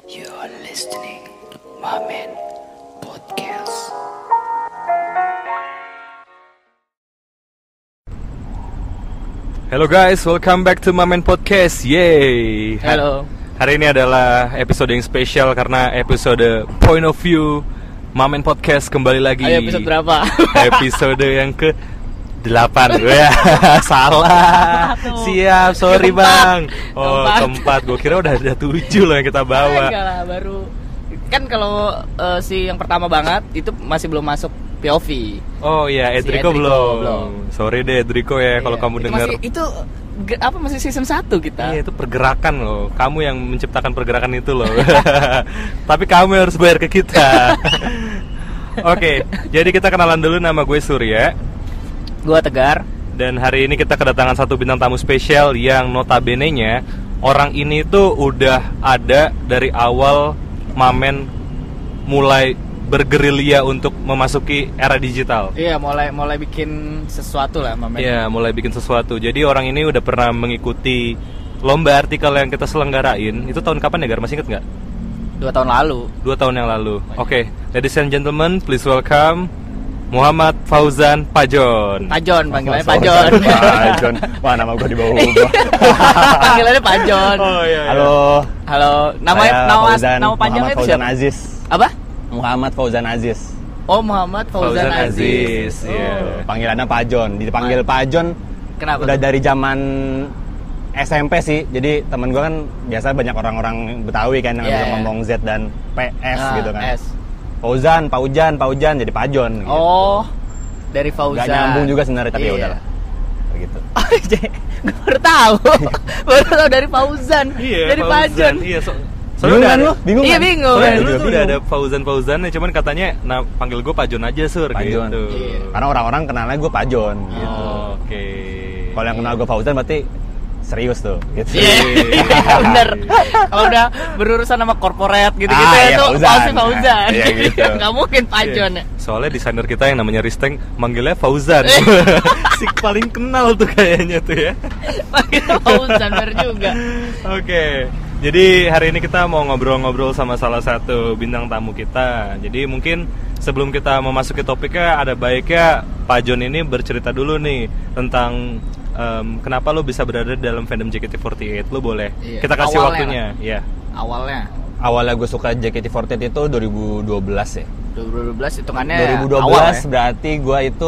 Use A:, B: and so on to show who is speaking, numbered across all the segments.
A: You are listening Mamen Podcast.
B: Hello guys, welcome back to Mamen Podcast. Yay.
C: Halo.
B: Hari ini adalah episode yang spesial karena episode Point of View Mamen Podcast kembali lagi.
C: Ayo episode berapa?
B: Episode yang ke-8. Ya, salah. Siap, sorry Bang. Oh, keempat. Gue kira udah ada 7 loh yang kita bawa.
C: Enggak lah, baru. Kan kalau si yang pertama banget itu masih belum masuk POV.
B: Oh iya,
C: Si
B: Edrico
C: Edrico
B: belum.
C: belum.
B: Sorry deh Edrico ya kalau
C: Iya,
B: kamu
C: itu
B: dengar.
C: masih season 1 kita.
B: Iya, itu pergerakan loh. Kamu yang menciptakan pergerakan itu loh. Tapi kamu harus bayar ke kita. Oke, jadi kita kenalan dulu. Nama gue Surya.
C: Gua Tegar.
B: Dan hari ini kita kedatangan satu bintang tamu spesial yang notabene-nya orang ini tuh udah ada dari awal Mamen mulai bergerilya untuk memasuki era digital.
C: Iya, mulai bikin sesuatu lah Mamen.
B: Iya, mulai bikin sesuatu. Jadi orang ini udah pernah mengikuti lomba artikel yang kita selenggarain. Itu tahun kapan ya, Gar? Masih inget nggak?
C: 2 tahun lalu.
B: 2 tahun yang lalu. Oke, ladies and gentlemen, please welcome Muhammad Fauzan Pajon.
C: Pajon, panggilannya Pajon.
D: Pajon. Wah, nama gue dibawa-bawa.
C: Panggilannya Pajon.
B: Oh iya.
C: Halo.
D: Saya
C: Nama panjangnya itu
D: Muhammad Fauzan
C: siapa?
D: Aziz.
C: Apa?
D: Muhammad Fauzan Aziz.
C: Oh, Muhammad Fauzan Aziz.
B: Iya.
D: Panggilannya Pajon. Dipanggil Pajon.
C: Kenapa?
D: Udah dari zaman SMP sih. Jadi temen gue kan biasa banyak orang-orang Betawi kan yang bisa ngomong Z dan PS gitu kan.
C: S.
D: Fauzan, Paujan, jadi Pajon gitu.
C: Oh, dari Fauzan.
D: Gak nyambung juga sebenarnya tapi
C: Iya.
D: ya udahlah. Begitu.
C: Gue baru tahu. Baru tahu dari Fauzan.
B: Iya,
C: dari
B: Fauzan.
C: Pajon.
B: Iya,
D: Bingung kan lu? Bingung
C: Iya,
D: kan?
C: bingung.
B: Soalnya dulu
D: Juga
B: tuh udah ada
D: bingung.
B: Fauzan-Fauzannya, cuman katanya panggil gue Pajon aja, Sur.
D: Pajon.
B: Gitu.
C: Iya.
D: Karena orang-orang kenalnya gue Pajon gitu.
B: Oh, oke.
D: Kalau yang kenal gue Fauzan berarti serius tuh gitu.
C: Iya, bener. Kalau udah berurusan sama korporat gitu-gitu
D: Iya,
C: itu
D: Fauzan.
C: pasti Fauzan.
D: Iya, gitu.
C: Nggak mungkin Pajon.
B: Iya. Soalnya desainer kita yang namanya Risteng manggilnya Fauzan. Si paling kenal tuh kayaknya tuh ya.
C: Panggil Fauzan bener juga.
B: Oke. Jadi hari ini kita mau ngobrol-ngobrol sama salah satu bintang tamu kita. Jadi mungkin sebelum kita memasuki topiknya ada baiknya Pak Jon ini bercerita dulu nih tentang kenapa lo bisa berada dalam fandom JKT48. Lo boleh.
C: Iya.
B: Kita kasih
C: Awalnya
B: waktunya. Iya.
C: Awalnya
D: Gue suka JKT48 itu 2012 ya.
C: 2012 hitungannya
D: 2012
C: awal ya.
D: berarti gue itu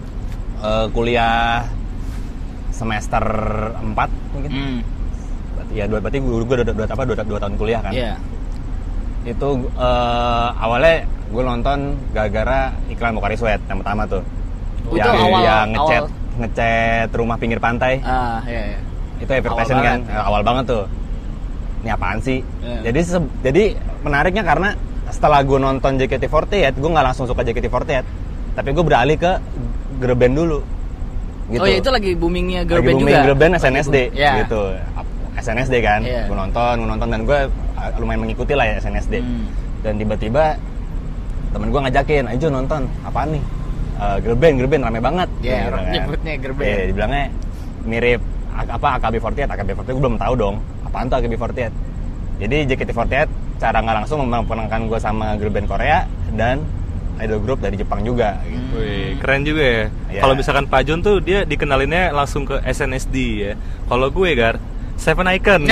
D: kuliah semester 4 mungkin. Ya berarti gue udah 2 tahun kuliah kan.
C: Iya.
D: Itu awalnya gue nonton gara-gara iklan Pocari Sweat yang pertama tuh.
C: Itu
D: yang
C: awal.
D: ngecat rumah pinggir pantai.
C: Iya.
D: Itu advertising
C: Awal
D: kan
C: banget.
D: awal banget tuh. Ini apaan sih?
C: Iya.
D: Jadi menariknya karena setelah gue nonton JKT48, gue nggak langsung suka JKT48, tapi gue beralih ke girl band dulu. Gitu.
C: Oh ya, itu lagi boomingnya girl
D: Lagi
C: band
D: booming
C: juga.
D: girl band SNSD
C: Iya.
D: gitu. SNSD kan.
C: Iya.
D: Gue nonton dan gue lumayan mengikuti lah ya SNSD. Dan tiba-tiba temen gue ngajakin, ayo nonton apaan nih? Girl band rame banget.
C: Iya,
D: Gitu
C: orang
D: kan.
C: nyebutnya girl band.
D: Iya, dibilangnya mirip AKB48 gue belum tahu dong apaan tuh AKB48. Jadi JKT48 cara nggak langsung memperkenalkan gue sama girl band Korea dan idol group dari Jepang juga gitu.
B: Wih, keren juga ya.
D: Iya.
B: Kalau misalkan Pak Jon tuh dia dikenalinnya langsung ke SNSD ya. Kalau gue Gar, Seven Icon.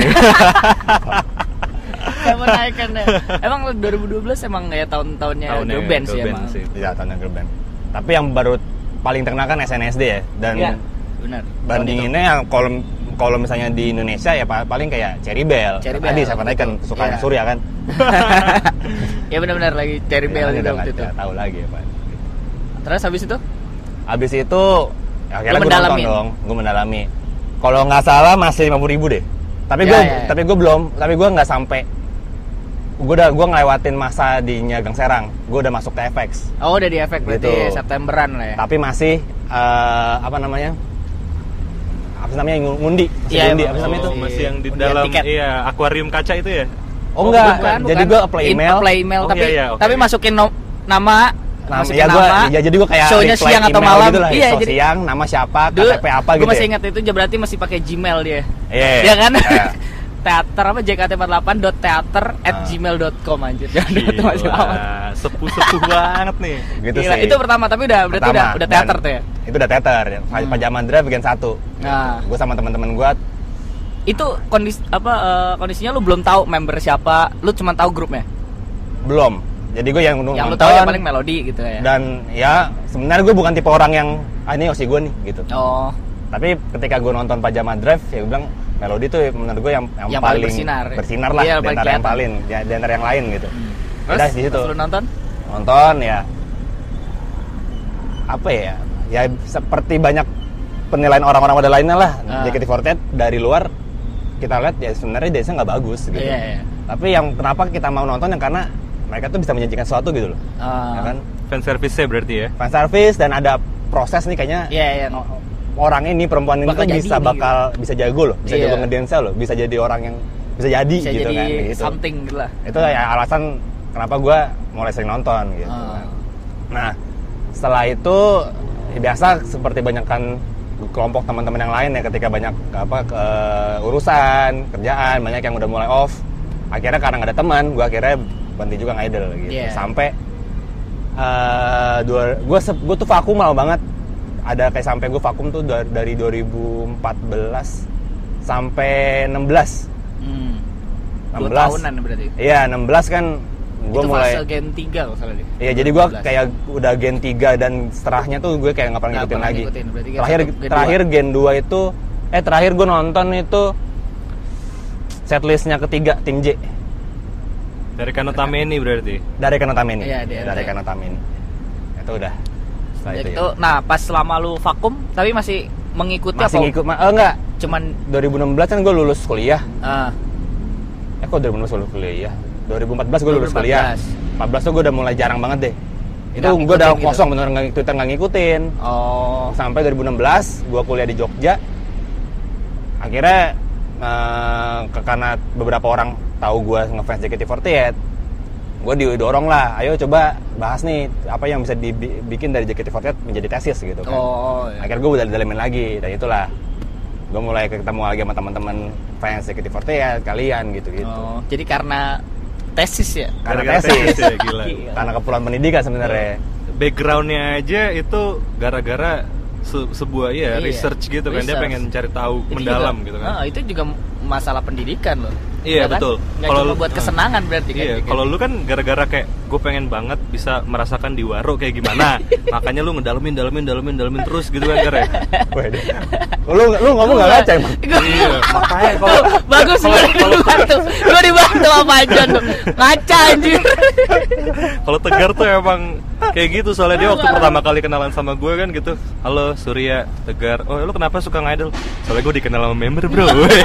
C: Kamu naikkan deh. Emang 2012 emang ya tahun-tahunnya girl band sih emang.
D: Iya, tahun girl band. Tapi yang baru paling terkenal kan SNSD ya. Dan
C: Iya, benar.
D: bandinginnya yang kalau misalnya di Indonesia ya paling kayak Cherry Bell.
C: Cherry
D: Tadi
C: Bell,
D: Seven Icon
C: betul.
D: kesukaannya
C: Iya.
D: Surya kan.
C: Ya benar-benar lagi Cherry Bell
D: Ya,
C: gitu
D: udah
C: waktu
D: nggak
C: itu.
D: tahu lagi ya Pak.
C: Terus habis itu?
D: Habis itu ya, akhirnya
C: Lu
D: gue nonton
C: mendalamin?
D: dong, gue mendalami. Kalau nggak salah masih 50.000 deh. Tapi
C: Ya,
D: gue
C: ya, ya.
D: tapi gue nggak sampai. Gue ngelewatin masa di Gang Serang. Gue udah masuk TFX.
C: Oh, udah di efek berarti
D: Gitu.
C: Septemberan lah ya.
D: Tapi masih apa namanya? Ngundi. Masih
C: Iya,
D: ngundi.
C: emang.
D: Apa namanya itu?
C: Oh,
B: Masih yang di
C: Undian
B: dalam
C: tiket.
B: iya akuarium kaca itu ya.
D: Oh enggak.
C: bukan.
D: Jadi gue apply email.
C: Apply email
B: Oh,
C: tapi
B: iya, oke.
C: tapi masukin nama masukin
D: ya gue
C: nama.
D: ya jadi gue kayak
C: show-nya
D: reply
C: siang atau
D: email
C: malam.
D: gitu lah.
C: Iya,
D: So,
C: jadi
D: siang nama siapa,
C: dulu
D: KTP apa
C: gue
D: gitu.
C: masih
D: ya.
C: ingat itu berarti masih pakai Gmail dia.
D: Iya.
C: Iya kan?
D: Iya.
C: teater apa jkt48.teater@gmail.com anjir. Jangan masih lama.
B: Sepuh banget nih.
D: Gitu
C: Gila,
D: sih.
C: itu pertama tapi berarti
D: Pertama,
C: udah teater
D: dan
C: tuh ya.
D: Itu udah teater ya. Pajama Drive Gen 1.
C: Nah.
D: Gue sama teman-teman gue
C: Itu kondisinya lu belum tahu member siapa, lu cuma tahu grupnya.
D: belum. Jadi gue yang
C: Yang lu
D: nonton
C: tahu yang paling melodi gitu ya.
D: dan ya sebenarnya gue bukan tipe orang yang ini Osi gue nih gitu.
C: Oh,
D: Tapi ketika gue nonton Pajama Drive ya gue bilang Melody tuh menurut gue yang
C: paling
D: bersinar
C: bersinar.
D: lah
C: Iya,
D: di antara yang paling di antara yang lain gitu. Udah di situ.
C: Terus lu nonton?
D: Ya apa ya? Ya seperti banyak penilaian orang-orang pada lainnya lah. JKT48 dari luar kita lihat ya sebenarnya dance-nya nggak bagus gitu.
C: Iya.
D: Tapi yang kenapa kita mau nonton yang karena mereka tuh bisa menjanjikan sesuatu gitu loh. Ya kan?
B: Fan service-nya berarti ya.
D: Fan service dan ada proses nih kayaknya.
C: Iya.
D: Orang ini perempuan ini
C: Bakal
D: tuh
C: jadi
D: bisa
C: nih,
D: bisa jago loh, bisa
C: Iya.
D: jago ngedance loh, bisa jadi orang yang bisa jadi
C: Bisa
D: gitu
C: jadi
D: kan gitu.
C: something gitu lah.
D: Itu ya alasan kenapa gue mulai sering nonton gitu. Kan. Nah, setelah itu ya biasa seperti banyakkan kelompok teman-teman yang lain ya ketika banyak urusan, kerjaan, banyak yang udah mulai off. Akhirnya karena nggak ada teman, gue akhirnya berhenti juga ngidol gitu.
C: Yeah.
D: Sampai gue tuh vakum lama banget. Ada kayak sampai gue vakum tuh dari 2014 sampai 16.
C: 2 tahunan berarti.
D: Iya, 16 kan gue
C: Itu
D: mulai
C: fase Gen 3 kalau salah deh.
D: Iya, jadi gue
C: 16.
D: kayak udah Gen 3 dan setelahnya tuh gue kayak nggak pernah
C: Nggak
D: ngikutin
C: pernah
D: lagi.
C: ngikutin, berarti Gen
D: Terakhir
C: 1, Gen
D: terakhir Gen 2 itu terakhir gue nonton itu setlistnya ketiga Tim J
B: Dari Kanotameni berarti.
D: dari Kanotameni.
C: Iya,
D: dari Kanotameni. Itu udah. Setelah itu
C: Itu,
D: ya.
C: nah pas selama lu vakum tapi masih mengikuti
D: Masih
C: apa?
D: ngikut enggak.
C: Cuman
D: 2016 kan gue lulus kuliah.
C: ah,
D: Kok 2016 lulus kuliah? 2014 gue lulus kuliah. 14 tuh gue udah mulai jarang banget deh. Itu
C: Nggak
D: gue udah
C: ngikutin
D: kosong bener nggak ngikutin.
C: oh,
D: Sampai 2016 gue kuliah di Jogja. Akhirnya karena beberapa orang tahu gue ngefans JKT48, gue didorong lah, ayo coba bahas nih apa yang bisa dibikin dari JKT48 menjadi tesis gitu kan.
C: iya.
D: Akhirnya gue udah dalemin lagi, dan itulah gue mulai ketemu lagi sama teman-teman fans JKT48 kalian gitu.
C: Oh, jadi karena tesis ya?
D: Karena
B: Gara-gara
D: tesis,
B: ya, gila.
D: karena keperluan pendidikan sebenarnya.
B: Backgroundnya aja itu gara-gara sebuah
C: Iya,
B: research gitu kan, dia
C: research.
B: pengen cari tahu
C: Itu
B: mendalam
C: juga,
B: gitu kan.
C: Itu juga masalah pendidikan loh.
B: Iya,
C: Ya kan?
B: betul.
C: Nggak
B: Kalau
C: cuma
B: lu-
C: buat kesenangan berarti kan.
B: Iya, kalau lu kan gara-gara kayak gue pengen banget bisa merasakan di Waro kayak gimana, makanya lu ngedalamin terus gitu kan Gar ya?
D: Waduh. Lu ngomong nggak ngaca emang?
B: Iya, makanya kalau
C: bagus gue dibantu sama John tuh ngaca anjir.
B: kalau Tegar tuh emang kayak gitu, soalnya dia waktu pertama kali kenalan sama gue kan gitu, halo Surya, Tegar, oh lu kenapa suka ngidol? Soalnya gue dikenal sama member bro.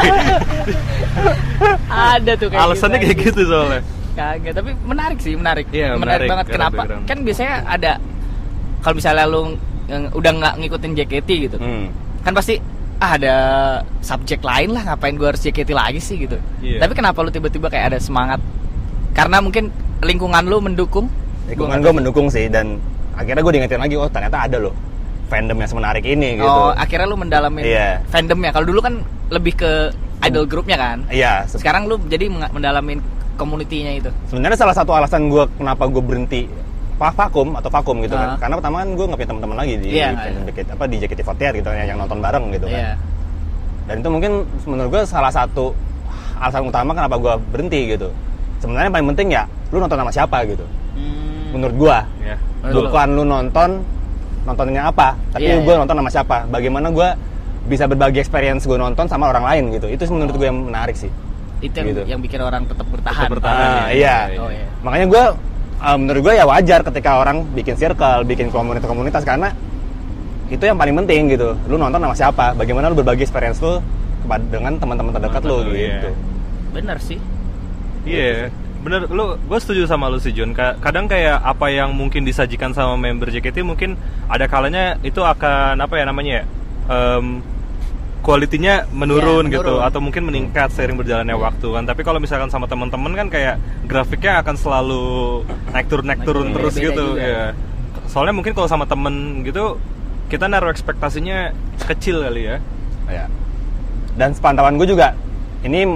C: Ada tuh kayak
B: Alasannya kayak gitu soalnya.
C: Kagak, tapi menarik sih, menarik.
B: Iya,
C: menarik
B: menarik,
C: banget.
B: karena
C: Kenapa?
B: background.
C: Kan biasanya ada kalau misalnya lu udah nggak ngikutin JKT gitu, kan pasti ada subjek lain lah, ngapain gua harus JKT lagi sih gitu.
B: Iya.
C: Tapi kenapa lu tiba-tiba kayak ada semangat? Karena mungkin lingkungan lu mendukung.
D: Lingkungan gue mendukung sih, dan akhirnya gue diingetin lagi, oh ternyata ada loh fandom yang semenarik ini gitu.
C: Oh, akhirnya lu mendalamin
D: Iya.
C: fandomnya. Kalau dulu kan lebih ke idol grupnya kan.
D: Iya,
C: Sekarang lu jadi mendalamin community-nya itu.
D: sebenarnya salah satu alasan gue kenapa gue berhenti vakum gitu kan, karena pertama kan gue nggak punya teman-teman lagi di
C: Iya.
D: di JKT48 gitu kan, yang nonton bareng gitu kan.
C: Iya.
D: Dan itu mungkin menurut gue salah satu alasan utama kenapa gue berhenti gitu. Sebenarnya paling penting ya lu nonton sama siapa gitu. Menurut gue,
B: Ya.
D: bukan lu nontonnya apa, tapi
C: Iya,
D: gue
C: iya.
D: nonton sama siapa. Bagaimana gue bisa berbagi experience gue nonton sama orang lain gitu. Itu menurut gue yang menarik sih.
C: Itu yang,
D: Gitu.
C: yang bikin orang tetap bertahan.
B: Tetap bertahan.
D: Iya.
C: Oh, iya.
D: Makanya gue menurut gue ya wajar ketika orang bikin circle, bikin komunitas karena itu yang paling penting gitu. Lu nonton sama siapa, bagaimana lu berbagi experience lu dengan teman-teman terdekat lu
B: Teman-teman lu,
D: gitu.
C: Bener sih.
B: Iya, bener. Gue setuju sama lu sih John. Kadang kayak apa yang mungkin disajikan sama member JKT mungkin ada kalanya itu akan apa ya namanya ya, kualitinya menurun,
C: Ya,
B: gitu,
C: menurun.
B: atau mungkin meningkat seiring berjalannya waktu kan. Tapi kalau misalkan sama teman-teman kan kayak grafiknya akan selalu naik turun terus
C: beda
B: gitu.
C: juga.
B: Ya. Soalnya mungkin kalau sama temen gitu kita naruh ekspektasinya kecil kali ya.
D: Ya. Dan sepantauan gue juga ini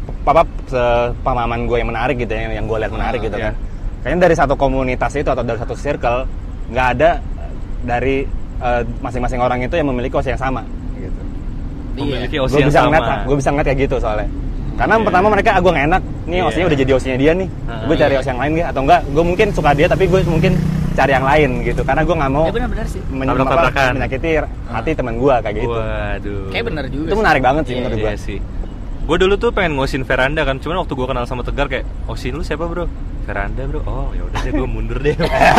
D: sepemahaman gue yang menarik gitu ya, yang gue lihat menarik gitu
B: iya.
D: kan. Kayaknya dari satu komunitas itu atau dari satu circle nggak ada dari masing-masing orang itu yang memiliki OSI yang sama gitu.
B: Memiliki
C: Iya.
B: OSI yang sama.
D: Gue bisa ngeliat kayak gitu soalnya. Karena
B: Iya.
D: pertama mereka gue nggak enak, nih
B: Iya.
D: OSI-nya udah jadi OSI-nya dia nih. Gue cari
C: Iya.
D: OSI yang lain gak? Atau enggak, gue mungkin suka dia tapi gue mungkin cari yang lain gitu. Karena gue nggak mau
C: Ya benar-benar sih.
B: Tabrak-tabrakan.
D: menyakiti hati teman gue kayak gitu.
B: Waduh.
C: Kayak bener juga.
D: Itu
C: sih.
D: menarik banget sih
C: Iya,
D: menurut gue.
B: Iya sih. Gue dulu tuh pengen ngosin Veranda kan, cuman waktu gue kenal sama Tegar kayak, osin lu siapa bro? Veranda bro. Oh ya udah deh, gue mundur deh.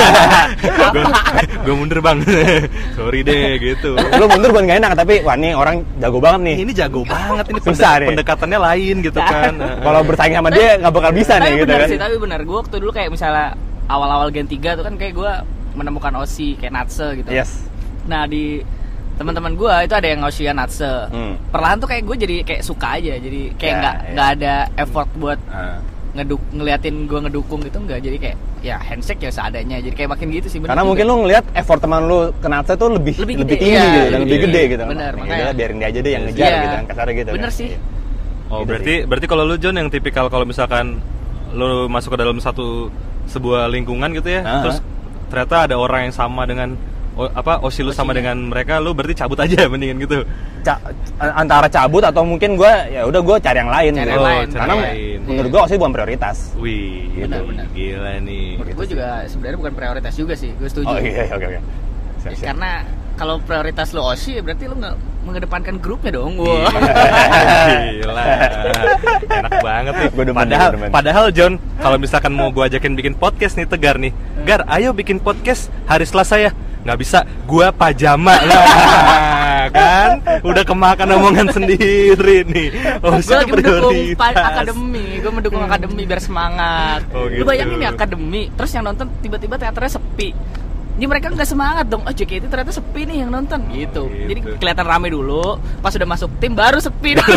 B: Gue mundur bang. Sorry deh gitu.
D: Lu mundur bukan gak enak, tapi wah nih orang jago banget nih.
B: Ini jago banget ini
D: Susah nih.
B: pendekatannya lain gitu kan.
D: Kalau bersaing sama dia nggak bakal bisa
C: Tapi
D: nih gitu
C: benar
D: kan.
C: sih, tapi benar. Gue waktu dulu kayak misalnya awal-awal Gen 3 tuh kan kayak gue menemukan OSI kayak Natse gitu.
D: Yes.
C: Nah di teman-teman gue itu ada yang OSI Natse. Perlahan tuh kayak gue jadi kayak suka aja. Jadi kayak
D: Ya,
C: nggak ada effort buat
D: Ah.
C: ngeliatin gue ngedukung gitu, nggak. Jadi kayak ya handshake ya seadanya. Jadi kayak makin gitu sih. bener
D: Karena
C: juga.
D: mungkin lu ngeliat effort teman lu kena Natse tuh lebih
C: Lebih
D: tinggi
C: gede, iya,
D: gitu dan
C: lebih
D: lebih gede
C: gede.
D: gitu.
C: Bener,
D: Ya
C: makanya.
D: udah, biarin dia aja deh yang ngejar
C: Iya.
D: gitu kan, kasarnya gitu.
C: Bener
D: kan.
C: sih.
D: Iya.
B: Oh
D: Gitu
B: berarti kalau lu John yang tipikal kalau misalkan lu masuk ke dalam sebuah lingkungan gitu ya,
D: Ah.
B: terus ternyata ada orang yang sama dengan OSI lu sama dengan mereka, lu berarti cabut aja mendingan gitu.
D: Antara cabut atau mungkin gue ya udah gue cari yang lain
C: Cari
D: gitu.
C: yang lain.
D: Karena
B: Cari lain.
D: menurut gue OSI bukan prioritas.
B: Wih, gitu.
C: Benar-benar.
B: Gila nih.
C: Menurut gue juga sebenarnya bukan prioritas juga sih. Gue setuju.
D: Oh iya, oke. Siap, siap.
C: Karena kalau prioritas lo OSI berarti lo nggak mengedepankan grupnya dong.
B: Iya.
C: Wah.
B: Gila. Enak banget nih.
D: Gua demen,
B: Padahal
D: gua demen.
B: padahal John, kalau misalkan mau gua ajakin bikin podcast nih Tegar nih. Gar, ayo bikin podcast hari Selasa ya. Nggak bisa, gua pajama lah. Kan? Udah kemakan omongan sendiri nih. Oh,
C: Gue lagi mendukung
B: prioritas.
C: akademi. Gue mendukung akademi biar semangat.
B: Oh,
C: Lu
B: gitu.
C: bayangin nih akademi, terus yang nonton tiba-tiba teaternya sepi. Ini mereka nggak semangat dong. Oh JKT ternyata sepi nih yang nonton gitu.
B: Gitu.
C: Jadi kelihatan rame dulu. Pas udah masuk tim baru sepi dong.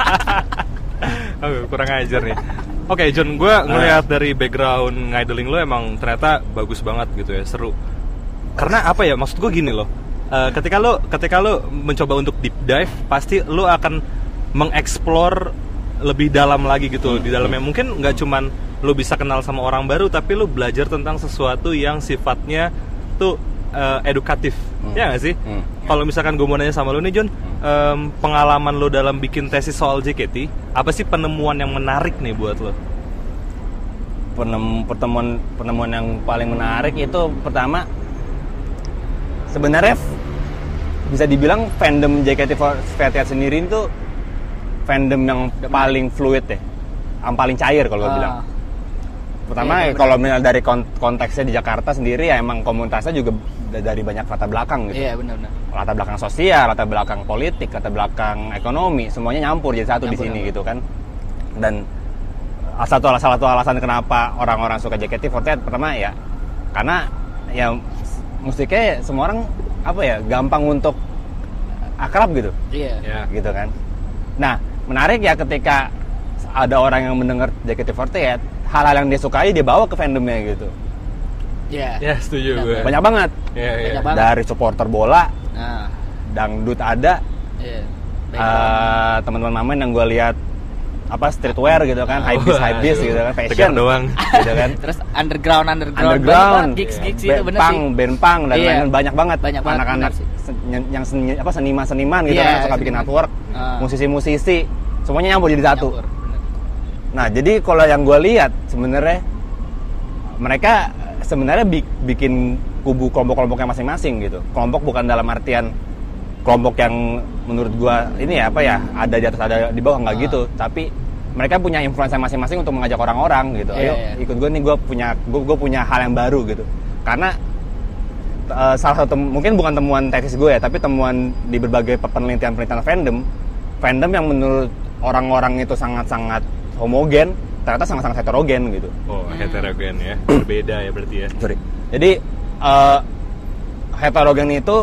B: Oh, kurang ajar nih. Oke, John, gue ngelihat dari background ngidling lo emang ternyata bagus banget gitu ya, seru. Karena apa ya? Maksud gue gini loh. Ketika lo mencoba untuk deep dive, pasti lo akan mengeksplor lebih dalam lagi gitu. Di dalamnya mungkin nggak cuman lo bisa kenal sama orang baru, tapi lo belajar tentang sesuatu yang sifatnya tuh edukatif. Ya nggak sih? Kalau misalkan gue mau nanya sama lo nih John, pengalaman lo dalam bikin tesis soal JKT, apa sih penemuan yang menarik nih buat lo?
D: Penemuan yang paling menarik itu pertama sebenarnya bisa dibilang fandom JKT48 sendiri itu fandom yang paling fluid ya, yang paling cair kalau gue bilang. Pertama
C: Iya,
D: kalau misalnya dari konteksnya di Jakarta sendiri ya emang komunitasnya juga dari banyak latar belakang gitu.
C: Iya benar-benar.
D: Latar belakang sosial, latar belakang politik, latar belakang ekonomi, semuanya nyampur jadi satu di
C: Nyampur,
D: sini
C: nyampur.
D: gitu kan. Dan salah satu alasan kenapa orang-orang suka JKT48 pertama ya karena ya musiknya semua orang apa ya gampang untuk akrab gitu.
C: Iya.
B: Ya.
D: Gitu kan. Nah, menarik ya ketika ada orang yang mendengar JKT48, hal-hal yang dia sukai dia bawa ke fandomnya gitu.
C: Iya.
B: Ya, setuju
C: Benar.
B: gue.
D: Banyak banget.
B: Ya, ya.
C: Banyak banget.
D: Dari supporter bola,
C: Nah,
D: dangdut ada,
C: iya. Baik.
D: teman-teman mamen yang gue lihat apa streetwear gitu kan, hypebeast gitu kan,
B: Tegar
D: fashion
B: doang.
D: gitu kan.
C: Terus underground
D: Underground,
C: banyak gigs itu bener
D: punk,
C: sih.
D: band punk dan
C: Iya.
D: lain-lain banyak banget.
C: Banyak banget,
D: Anak-anak
C: bener sih.
D: yang seniman gitu
C: Iya,
D: kan suka bikin
C: seniman.
D: artwork, musisi-musisi, semuanya nyampur jadi satu.
C: Nyampur, bener.
D: Nah, jadi kalau yang gue lihat sebenarnya mereka sebenarnya bikin kubu kelompok-kelompoknya masing-masing gitu. Kelompok bukan dalam artian kelompok yang menurut gue ini ya apa ya ada di atas ada di bawah nggak gitu, tapi mereka punya influencer masing-masing untuk mengajak orang-orang gitu. Ayo ikut gue nih, gue punya hal yang baru gitu. Karena salah satu mungkin bukan temuan tesis gue ya, tapi temuan di berbagai penelitian fandom yang menurut orang-orang itu sangat-sangat homogen, ternyata sangat-sangat heterogen gitu.
B: Oh, heterogen ya. Berbeda ya berarti ya.
D: Sorry. Jadi heterogen itu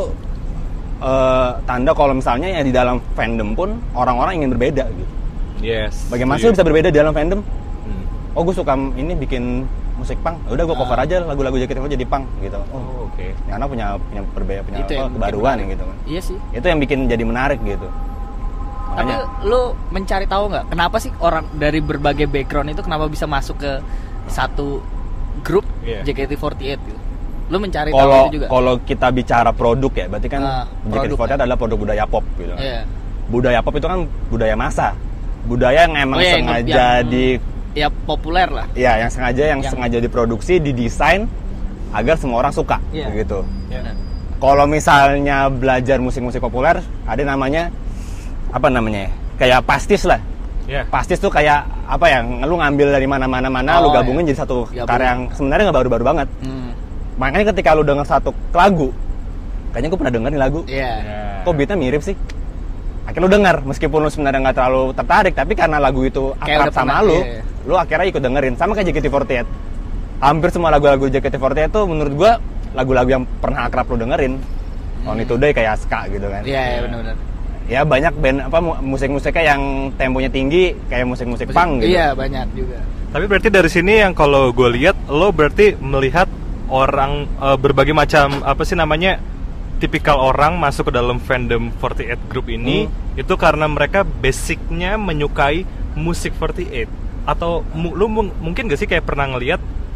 D: tanda kalau misalnya ya di dalam fandom pun orang-orang ingin berbeda gitu.
B: Yes.
D: Bagaimana sih
B: setuju.
D: bisa berbeda di dalam fandom?
B: Hmm.
D: Oh, gue suka ini bikin musik punk. Udah gue cover aja lagu-lagu JKT48 jadi punk gitu.
B: Oh, oke.
D: Karena punya
C: Itu yang
D: kebaruan
C: bikin
D: gitu kan.
C: Iya sih.
D: Itu yang bikin jadi menarik gitu.
C: Tapi lu mencari tahu nggak kenapa sih orang dari berbagai background itu kenapa bisa masuk ke satu grup JKT48 gitu? Lu mencari tahu itu juga?
D: Kalau kita bicara produk ya, berarti kan JKT48 adalah produk budaya pop gitu. Budaya pop itu kan budaya massa, budaya yang emang sengaja
C: ya populer lah.
D: Ya, yang sengaja diproduksi, didesain agar semua orang suka gitu. Kalau misalnya belajar musik-musik populer, ada namanya apa namanya? Kayak pastis lah. Pastis tuh kayak apa ya? Lu ngambil dari mana-mana, lu gabungin jadi satu karya yang sebenarnya nggak baru-baru banget. Makanya ketika lu denger satu lagu, kayaknya gue pernah denger nih lagu. Kok beatnya mirip sih? Akhirnya lu denger, meskipun lu sebenarnya nggak terlalu tertarik, tapi karena lagu itu akrab sama lu akhirnya ikut dengerin. Sama kayak JKT48. Hampir semua lagu-lagu JKT48 tuh menurut gue lagu-lagu yang pernah akrab lu dengerin. On Today kayak ska gitu kan.
C: Iya, benar-benar.
D: Ya banyak band musik-musiknya yang temponya tinggi kayak musik-musik punk gitu.
C: Iya, banyak juga.
B: Tapi berarti dari sini yang kalau gue lihat, lo berarti melihat orang berbagai macam tipikal orang masuk ke dalam fandom 48 group ini itu karena mereka basicnya menyukai musik 48 atau lu mungkin gak sih kayak pernah ngelihat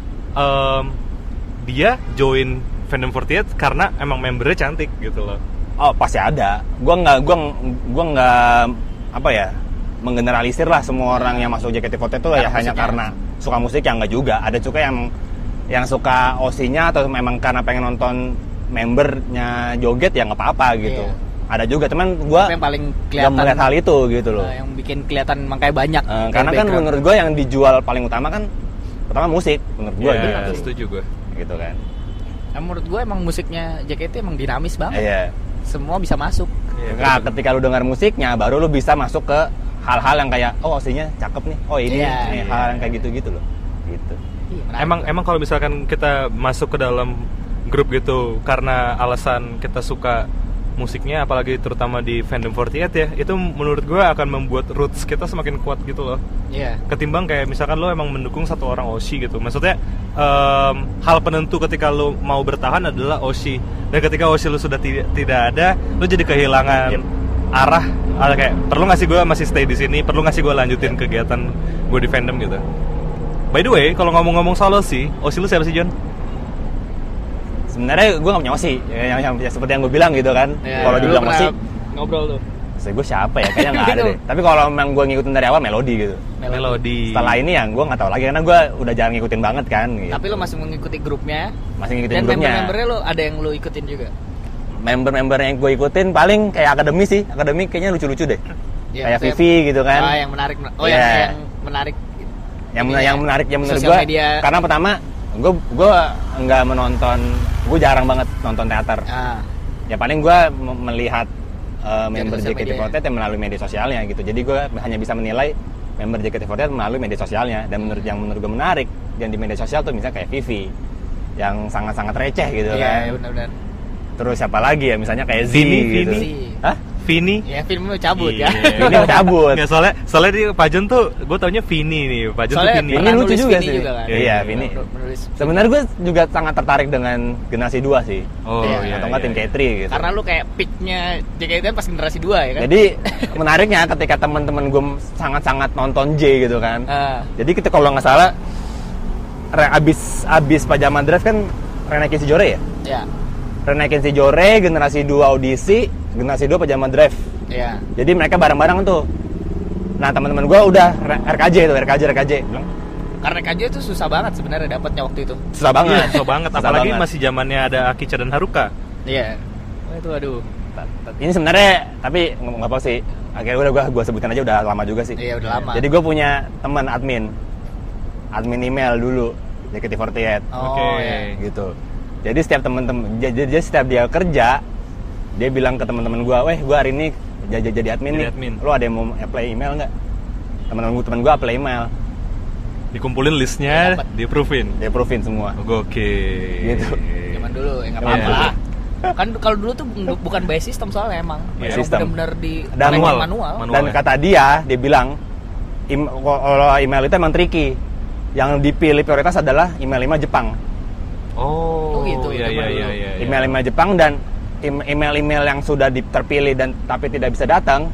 B: dia join fandom 48 karena emang membernya cantik gitu loh.
D: Oh pasti ada. Gua nggak menggeneralisir lah semua orang yang masuk JKT48 itu ya hanya karena suka musik, yang nggak juga. Ada juga yang suka OC-nya atau memang karena pengen nonton membernya joget ya nggak apa-apa gitu. Ada juga, teman gue nggak melihat hal itu gitu loh.
C: Yang bikin kelihatan makanya banyak.
D: Karena kan menurut gue yang dijual paling utama musik menurut gue.
B: Setuju gue.
D: Gitu kan.
C: Nah, menurut gue emang musiknya JKT emang dinamis banget.
D: Semua
C: bisa masuk.
D: Nah, ketika lu dengar musiknya, baru lu bisa masuk ke hal-hal yang kayak OC-nya cakep nih. Oh ini hal yang kayak gitu-gitu loh. Gitu.
B: Emang kalau misalkan kita masuk ke dalam grup gitu karena alasan kita suka musiknya, apalagi terutama di fandom 48 ya, itu menurut gue akan membuat roots kita semakin kuat gitu loh. Ketimbang kayak misalkan lo emang mendukung satu orang OC gitu. Maksudnya hal penentu ketika lo mau bertahan adalah OC, dan ketika OC lo sudah tidak ada, lo jadi kehilangan arah. Kayak perlu nggak sih gue masih stay di sini, perlu nggak sih gue lanjutin kegiatan gue di fandom gitu. By the way, kalau ngomong-ngomong soal OC lo siapa sih, John?
D: Sebenarnya gue gak punya OC, yang seperti yang gue bilang gitu kan. Kalau dibilang OC,
C: ngobrol tuh.
D: Gue siapa ya? Kayaknya nggak ada deh. Tapi kalau memang gue ngikutin dari awal Melody gitu.
B: Melody.
D: Setelah ini ya gue nggak tahu lagi karena gue udah jarang ngikutin banget kan. Gitu.
C: Tapi lo masih mengikuti grupnya?
D: Masih ngikutin
C: grupnya.
D: Dan
C: member-membernya lo ada yang lo ikutin juga?
D: Member yang gue ikutin paling kayak Akademi sih. Akademi kayaknya lucu-lucu deh. Kayak Vivi gitu kan.
C: Yang menarik. Yang menarik.
D: Yang menarik menurut gue. Karena pertama gue nggak menonton, gue jarang banget nonton teater. Ya paling gue melihat member JKT48 yang melalui media sosialnya gitu. Jadi gue hanya bisa menilai member JKT48 melalui media sosialnya. Dan menurut gue menarik yang di media sosial tuh misalnya kayak Vivi yang sangat-sangat receh gitu kan. Iya benar-benar. Terus siapa lagi ya, misalnya kayak Vini gitu. Hah?
B: Vini?
C: Ya, Vini mau cabut ya.
D: Vini mau cabut.
B: Nggak, soalnya di Pajon tuh gue taunya Vini nih. Pajon tuh Vini.
D: Vini lucu juga sih.
C: Kan?
D: Iya, Vini. Sebenarnya gue juga sangat tertarik dengan generasi 2 sih. Atau nggak tim K3 gitu.
C: Karena lu kayak peak-nya JKT pas generasi 2 ya kan.
D: Jadi menariknya ketika teman-teman gue sangat-sangat nonton J gitu kan. Jadi kita kalau nggak salah abis Pajama Drive kan Renaikin si Jore ya? Iya. Renaikin si Jore, generasi 2 audisi, generasi 2 Pajama Drive. Iya. Jadi mereka bareng-bareng tuh. Nah, teman-teman gue udah RKJ. Bilang,
C: karena RKJ itu susah banget sebenarnya dapatnya waktu itu.
B: Susah banget. Apalagi masih zamannya ada Akicha dan Haruka.
C: Iya. Itu aduh.
D: Ini sebenarnya tapi nggak apa sih. Akhirnya gue sebutin aja udah lama juga sih.
C: Iya, udah lama.
D: Jadi gue punya teman admin email dulu JKT48.
B: Oke.
D: Gitu. Jadi setiap teman-teman, jadi setiap dia kerja, dia bilang ke teman-teman gue, gue hari ini jadi admin nih. Lo ada yang mau apply email nggak? Teman gue apply email.
B: Dikumpulin listnya,
D: di-approve-in semua.
B: Oke.
D: Gitu.
C: Zaman dulu ya nggak apa-apa lah. Kan kalau dulu tuh bukan by system soalnya emang. Benar-benar di manual.
D: Dan kata dia bilang, kalau email itu emang tricky. Yang dipilih prioritas adalah email Jepang.
C: Oh gitu ya.
D: Email Jepang dan email yang sudah terpilih dan tapi tidak bisa datang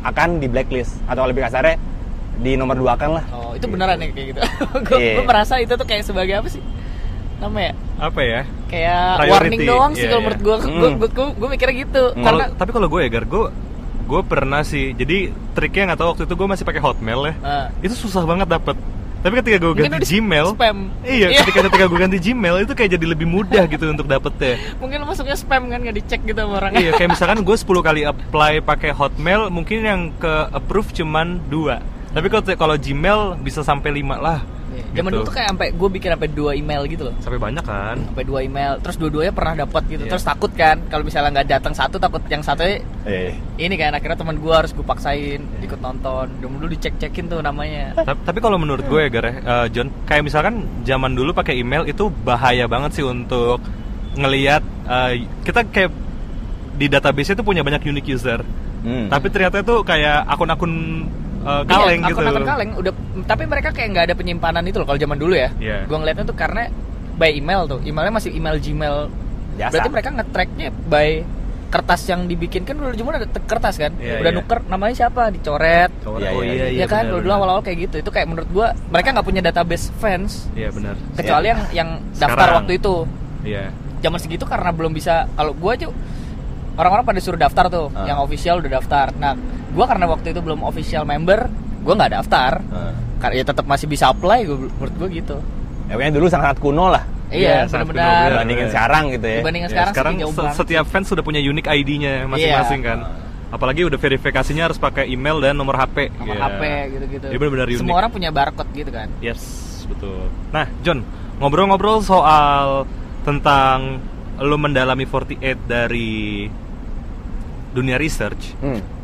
D: akan di blacklist atau lebih kasarnya di nomor 2 kan lah.
C: Oh, itu beneran nih kayak gitu. Gue merasa itu tuh kayak sebagai apa sih namanya?
B: Apa ya?
C: Kayak
B: Priority.
C: warning doang sih kalau menurut gue. Gue mikirnya gitu. Karena
B: Tapi kalau gue ya Gar, gue pernah sih. Jadi triknya nggak tahu, waktu itu gue masih pakai Hotmail ya. Itu susah banget dapet. Tapi ketika gue ganti Gmail,
C: spam.
B: Iya, ketika gue ganti Gmail itu kayak jadi lebih mudah gitu untuk dapetnya.
C: Mungkin lo masuknya spam kan, nggak dicek gitu sama orang.
B: Iya, kayak misalkan gue 10 kali apply pakai Hotmail, mungkin yang ke approve cuman 2. Tapi kalau Gmail bisa sampai 5 lah.
C: Zaman dulu tuh kayak gue bikin sampai 2 email gitu loh.
B: Sampai banyak kan?
C: Sampai 2 email, terus dua-duanya pernah dapat gitu. Terus takut kan kalau misalnya nggak datang satu, takut yang satunya ini kan akhirnya teman gue harus gue paksain ikut nonton. Dulu dicek-cekin tuh namanya.
B: Tapi kalau menurut gue ya Gar, John, kayak misalkan zaman dulu pakai email itu bahaya banget sih untuk ngelihat kita kayak di database itu punya banyak unique user. Tapi ternyata itu kayak akun-akun kaleng gitu.
C: Akun kaleng udah, tapi mereka kayak nggak ada penyimpanan itu loh kalau zaman dulu ya. Gue ngeliatnya tuh karena by email tuh, emailnya masih email Gmail. Biasa. Berarti mereka nge-tracknya by kertas yang dibikin kan dulu cuma ada kertas kan. Udah nuker namanya siapa, dicoret. Iya kan, dulu awal-awal kayak gitu. Itu kayak menurut gue mereka nggak punya database fans.
B: Iya benar.
C: Kecuali yang daftar sekarang, waktu itu.
B: Iya.
C: Zaman segitu karena belum bisa, kalau gue aja orang-orang pada suruh daftar tuh, yang official udah daftar. Nah, gue karena waktu itu belum official member, gue nggak daftar. Karena ya tetap masih bisa apply, menurut gue gitu.
D: Ya dulu sangat kuno lah.
C: Iya, benar-benar.
D: Dibandingin sekarang gitu ya.
C: Dibandingin
B: sekarang setiap fans sudah punya unique ID-nya masing-masing kan. Apalagi udah verifikasinya harus pakai email dan nomor HP.
C: Nomor HP gitu-gitu.
B: Jadi benar-benar unik.
C: Semua orang punya barcode gitu kan.
B: Yes, betul. Nah, John, ngobrol-ngobrol soal tentang lo mendalami 48 dari dunia research.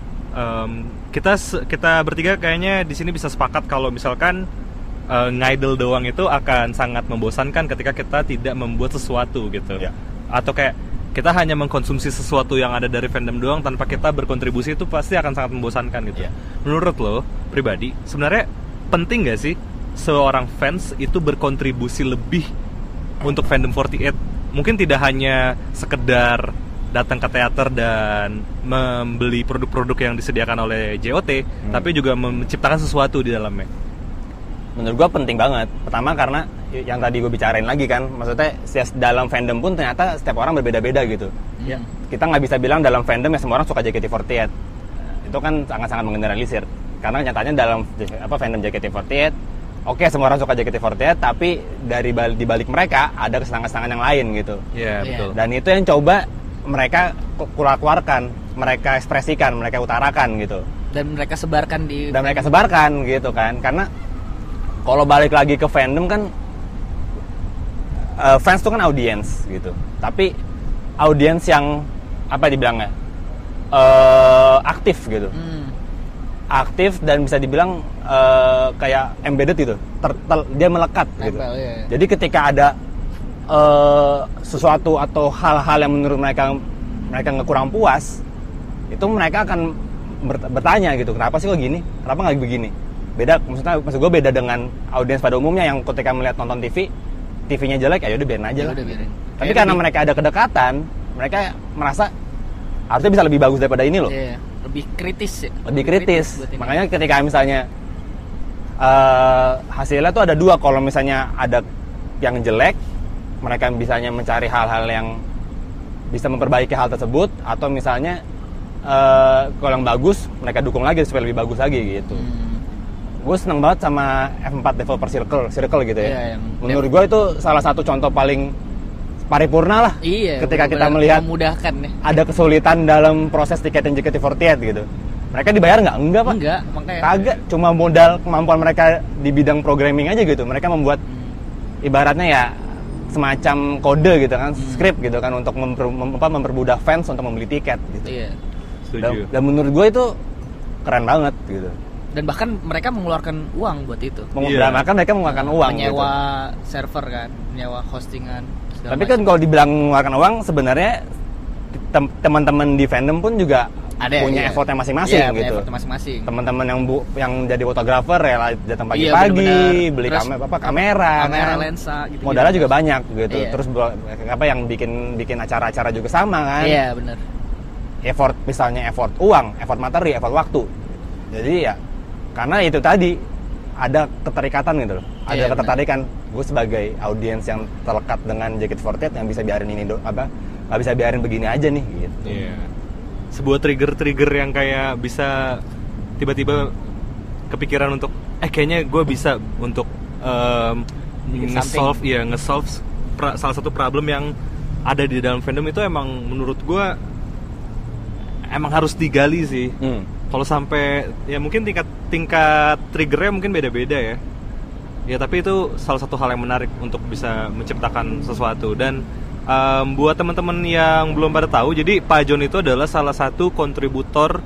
B: Kita bertiga kayaknya di sini bisa sepakat kalau misalkan ngidle doang itu akan sangat membosankan ketika kita tidak membuat sesuatu gitu. Atau kayak kita hanya mengkonsumsi sesuatu yang ada dari fandom doang tanpa kita berkontribusi, itu pasti akan sangat membosankan gitu. Menurut lo pribadi, sebenarnya penting gak sih seorang fans itu berkontribusi lebih untuk fandom 48? Mungkin tidak hanya sekedar datang ke teater dan membeli produk-produk yang disediakan oleh JOT, tapi juga menciptakan sesuatu di dalamnya.
D: Menurut gue penting banget. Pertama karena yang tadi gue bicarain lagi kan, maksudnya dalam fandom pun ternyata setiap orang berbeda-beda gitu. Kita nggak bisa bilang dalam fandom ya semua orang suka JKT48. Itu kan sangat-sangat menggeneralisir. Karena nyatanya dalam fandom JKT48, oke, semua orang suka JKT48, tapi di balik mereka ada kesenangan-kesenangan yang lain gitu.
B: Betul.
D: Dan itu yang coba mereka keluarkan, mereka ekspresikan, mereka utarakan gitu.
C: Dan mereka sebarkan
D: gitu kan. Karena kalau balik lagi ke fandom kan, fans itu kan audiens gitu. Tapi audiens yang dibilangnya aktif gitu. Aktif dan bisa dibilang kayak embedded gitu. Dia melekat gitu. Jadi ketika ada sesuatu atau hal-hal yang menurut mereka kurang puas, itu mereka akan bertanya gitu, kenapa sih kok gini, kenapa nggak begini. Maksud gue beda dengan audiens pada umumnya yang ketika melihat nonton TV-nya jelek, ya udah biarin aja lah. Tapi karena mereka ada kedekatan, mereka merasa harusnya bisa lebih bagus daripada ini loh.
C: Lebih kritis.
D: Makanya ketika misalnya hasilnya tuh ada dua. Kalau misalnya ada yang jelek, mereka bisanya mencari hal-hal yang bisa memperbaiki hal tersebut. Atau misalnya kalau yang bagus, mereka dukung lagi supaya lebih bagus lagi gitu. Gue seneng banget sama F4 Developer Circle gitu ya. Menurut gue itu salah satu contoh paling paripurna lah. Ketika kita melihat
C: memudahkan ya.
D: Ada kesulitan dalam proses tiketing JKT48 gitu. Mereka dibayar nggak? Enggak, Pak.
C: Enggak, makanya.
D: Kagak, cuma modal kemampuan mereka di bidang programming aja gitu. Mereka membuat ibaratnya ya semacam kode gitu kan, script gitu kan untuk mempermudah fans untuk membeli tiket gitu.
B: Setuju.
D: Dan menurut gue itu keren banget gitu.
C: Dan bahkan mereka mengeluarkan uang buat itu.
D: Bahkan mereka mengeluarkan uang
C: menyewa
D: gitu.
C: server kan, menyewa hostingan.
D: Tapi kan kalau dibilang mengeluarkan uang, sebenarnya teman-teman di fandom pun juga punya effortnya masing-masing gitu. Teman-teman yang jadi fotografer rela datang pagi-pagi, beli kamera,
C: lensa gitu.
D: Modalnya juga banyak gitu. Terus yang bikin acara-acara juga sama kan.
C: Iya, benar.
D: Effort misalnya effort uang, effort materi, effort waktu. Jadi ya karena itu tadi ada keterikatan gitu loh. Ada ketertarikan. Gue sebagai audiens yang terlekat dengan JKT48 yang bisa biarin ini nggak bisa biarin begini aja nih gitu.
B: Iya. Sebuah trigger yang kayak bisa tiba-tiba kepikiran untuk kayaknya gue bisa untuk nge-solve salah satu problem yang ada di dalam fandom itu emang menurut gue emang harus digali sih. Kalau sampai ya mungkin tingkat triggernya mungkin beda-beda ya. Ya tapi itu salah satu hal yang menarik untuk bisa menciptakan sesuatu. Dan buat teman-teman yang belum pada tahu, jadi Pak John itu adalah salah satu kontributor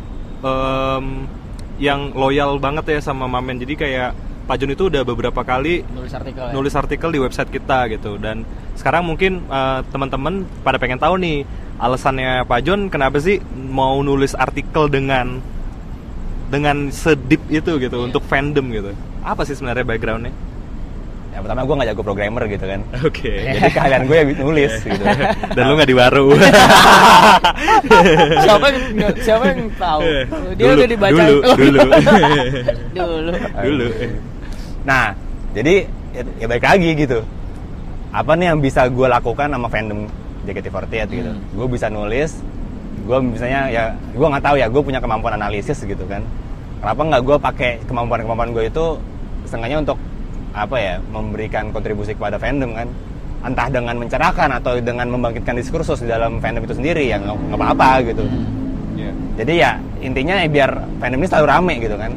B: yang loyal banget ya sama Mamen. Jadi kayak Pak John itu udah beberapa kali nulis artikel di website kita gitu. Dan sekarang mungkin teman-teman pada pengen tahu nih alasannya Pak John kenapa sih mau nulis artikel dengan sedip itu gitu untuk fandom gitu. Apa sih sebenarnya backgroundnya?
D: Ya pertama gue nggak jago programmer gitu kan.
B: Oke.
D: Jadi keahlian gue ya nulis gitu.
B: Dan lu nggak di Waru.
C: siapa yang tahu? Dia udah dibacain.
B: Dulu.
D: Nah, jadi ya balik lagi gitu. Apa nih yang bisa gue lakukan sama fandom JKT48 gitu. Gue bisa nulis, gue misalnya ya gue nggak tahu ya, gue punya kemampuan analisis gitu kan. Kenapa nggak gue pakai kemampuan gue itu setengahnya untuk apa ya, memberikan kontribusi kepada fandom kan, entah dengan mencerahkan atau dengan membangkitkan diskursus di dalam fandom itu sendiri, ya nggak apa-apa gitu. Jadi ya intinya biar fandom ini selalu rame gitu kan.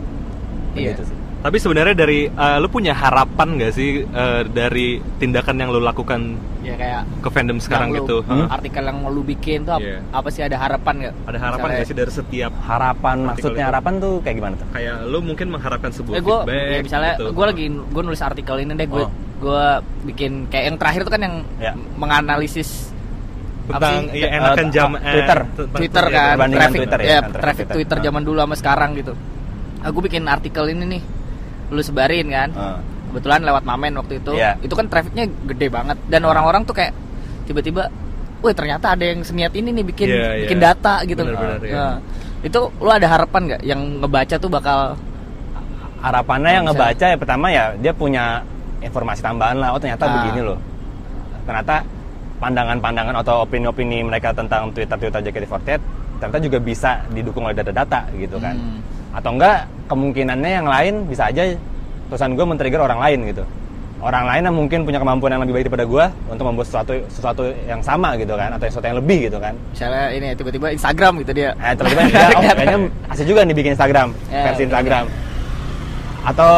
D: Begitu sih.
B: Tapi sebenarnya dari lu punya harapan nggak sih dari tindakan yang lu lakukan
C: ya kayak
B: ke fandom sekarang gitu?
C: Artikel yang lu bikin tuh apa sih, ada harapan nggak?
B: Ada harapan nggak sih dari setiap
D: harapan? Maksudnya itu? Harapan tuh kayak gimana tuh?
B: Kayak lu mungkin mengharapkan sebuah
C: feedback.
B: Ya
C: misalnya gitu. Gue nulis artikel ini deh, gue bikin kayak yang terakhir tuh kan yang menganalisis
B: tentang enakan
C: Twitter kan, traffic
D: Twitter
C: Twitter zaman dulu sama sekarang gitu. Aku bikin artikel ini nih, lu sebarin kan. Kebetulan lewat Mamen waktu itu. Itu kan trafficnya gede banget dan orang-orang tuh kayak tiba-tiba, wih ternyata ada yang seniat ini nih bikin data gitu.
B: Bener,
C: itu lu ada harapan nggak yang ngebaca tuh bakal?
D: Harapannya yang ngebaca ya pertama ya dia punya informasi tambahan lah. Oh ternyata begini loh. Ternyata pandangan-pandangan atau opini-opini mereka tentang Twitter JKT48 ternyata juga bisa didukung oleh data-data gitu kan. Atau enggak kemungkinannya yang lain bisa aja tulisan gue men-trigger orang lain gitu. Orang lain yang mungkin punya kemampuan yang lebih baik daripada gue untuk membuat sesuatu yang sama gitu kan, atau sesuatu yang lebih gitu kan.
C: Misalnya ini tiba-tiba Instagram gitu dia.
D: Tiba-tiba kayaknya asik juga nih bikin Instagram, versi Instagram. Atau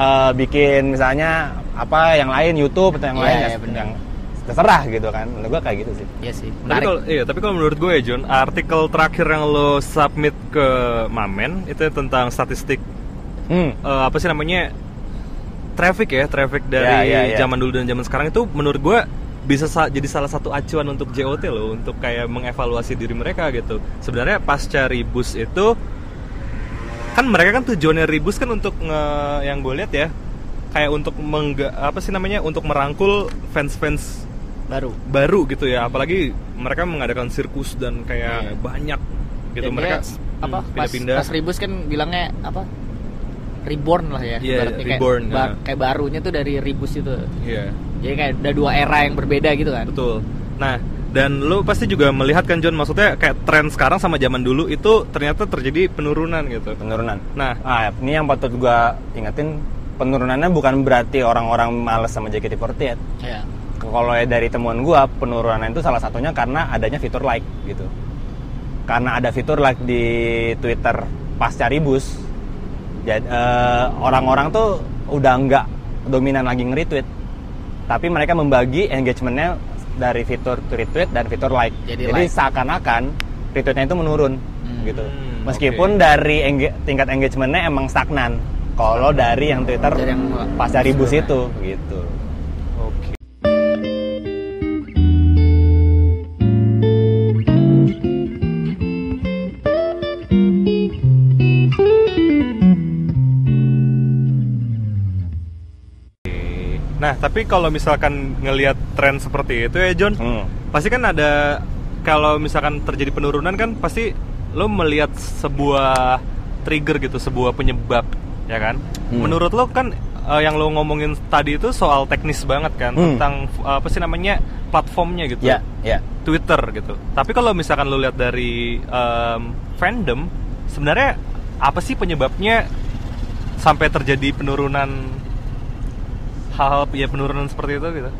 D: bikin misalnya apa yang lain, YouTube atau yang lain yang terserah gitu kan. Menurut gue kayak gitu sih.
C: Iya sih.
B: Tapi kalau menurut gue ya John, artikel terakhir yang lo submit ke Mamen itu tentang statistik apa sih namanya, traffic dari zaman dulu dan zaman sekarang, itu menurut gue bisa jadi salah satu acuan untuk JOT loh, untuk kayak mengevaluasi diri mereka gitu. Sebenarnya pasca Ribus itu kan mereka kan tujuannya Ribus kan untuk yang gue lihat ya kayak untuk untuk merangkul fans baru gitu ya, apalagi mereka mengadakan sirkus dan kayak banyak gitu. Dan mereka
C: pindah-pindah. Pas Ribus kan bilangnya apa? Reborn lah ya.
B: Reborn.
C: Kayak barunya tuh dari Ribus itu. Jadi kayak ada dua era yang berbeda gitu kan.
B: Betul. Nah, dan lu pasti juga melihat kan John, maksudnya kayak tren sekarang sama zaman dulu itu ternyata terjadi penurunan gitu. Nah,
D: ini yang patut gua ingetin, penurunannya bukan berarti orang-orang males sama JKT48. Kalau dari temuan gua, penurunan itu salah satunya karena adanya fitur like gitu. Karena ada fitur like di Twitter pasca Ribus. Jadi orang-orang tuh udah nggak dominan lagi nge-retweet, tapi mereka membagi engagementnya dari fitur retweet dan fitur like. Jadi seakan-akan retweetnya itu menurun gitu. Meskipun dari tingkat engagementnya emang stagnan. Kalau dari yang Twitter pasca Ribus itu gitu.
B: Nah, tapi kalau misalkan ngelihat tren seperti itu ya John, pasti kan ada, kalau misalkan terjadi penurunan kan pasti lo melihat sebuah trigger gitu, sebuah penyebab, ya kan? Menurut lo kan yang lo ngomongin tadi itu soal teknis banget kan, tentang apa sih namanya, platformnya gitu, Twitter gitu. Tapi kalau misalkan lo lihat dari fandom, sebenarnya apa sih penyebabnya sampai terjadi penurunan hal-hal ya penurunan seperti itu gitu?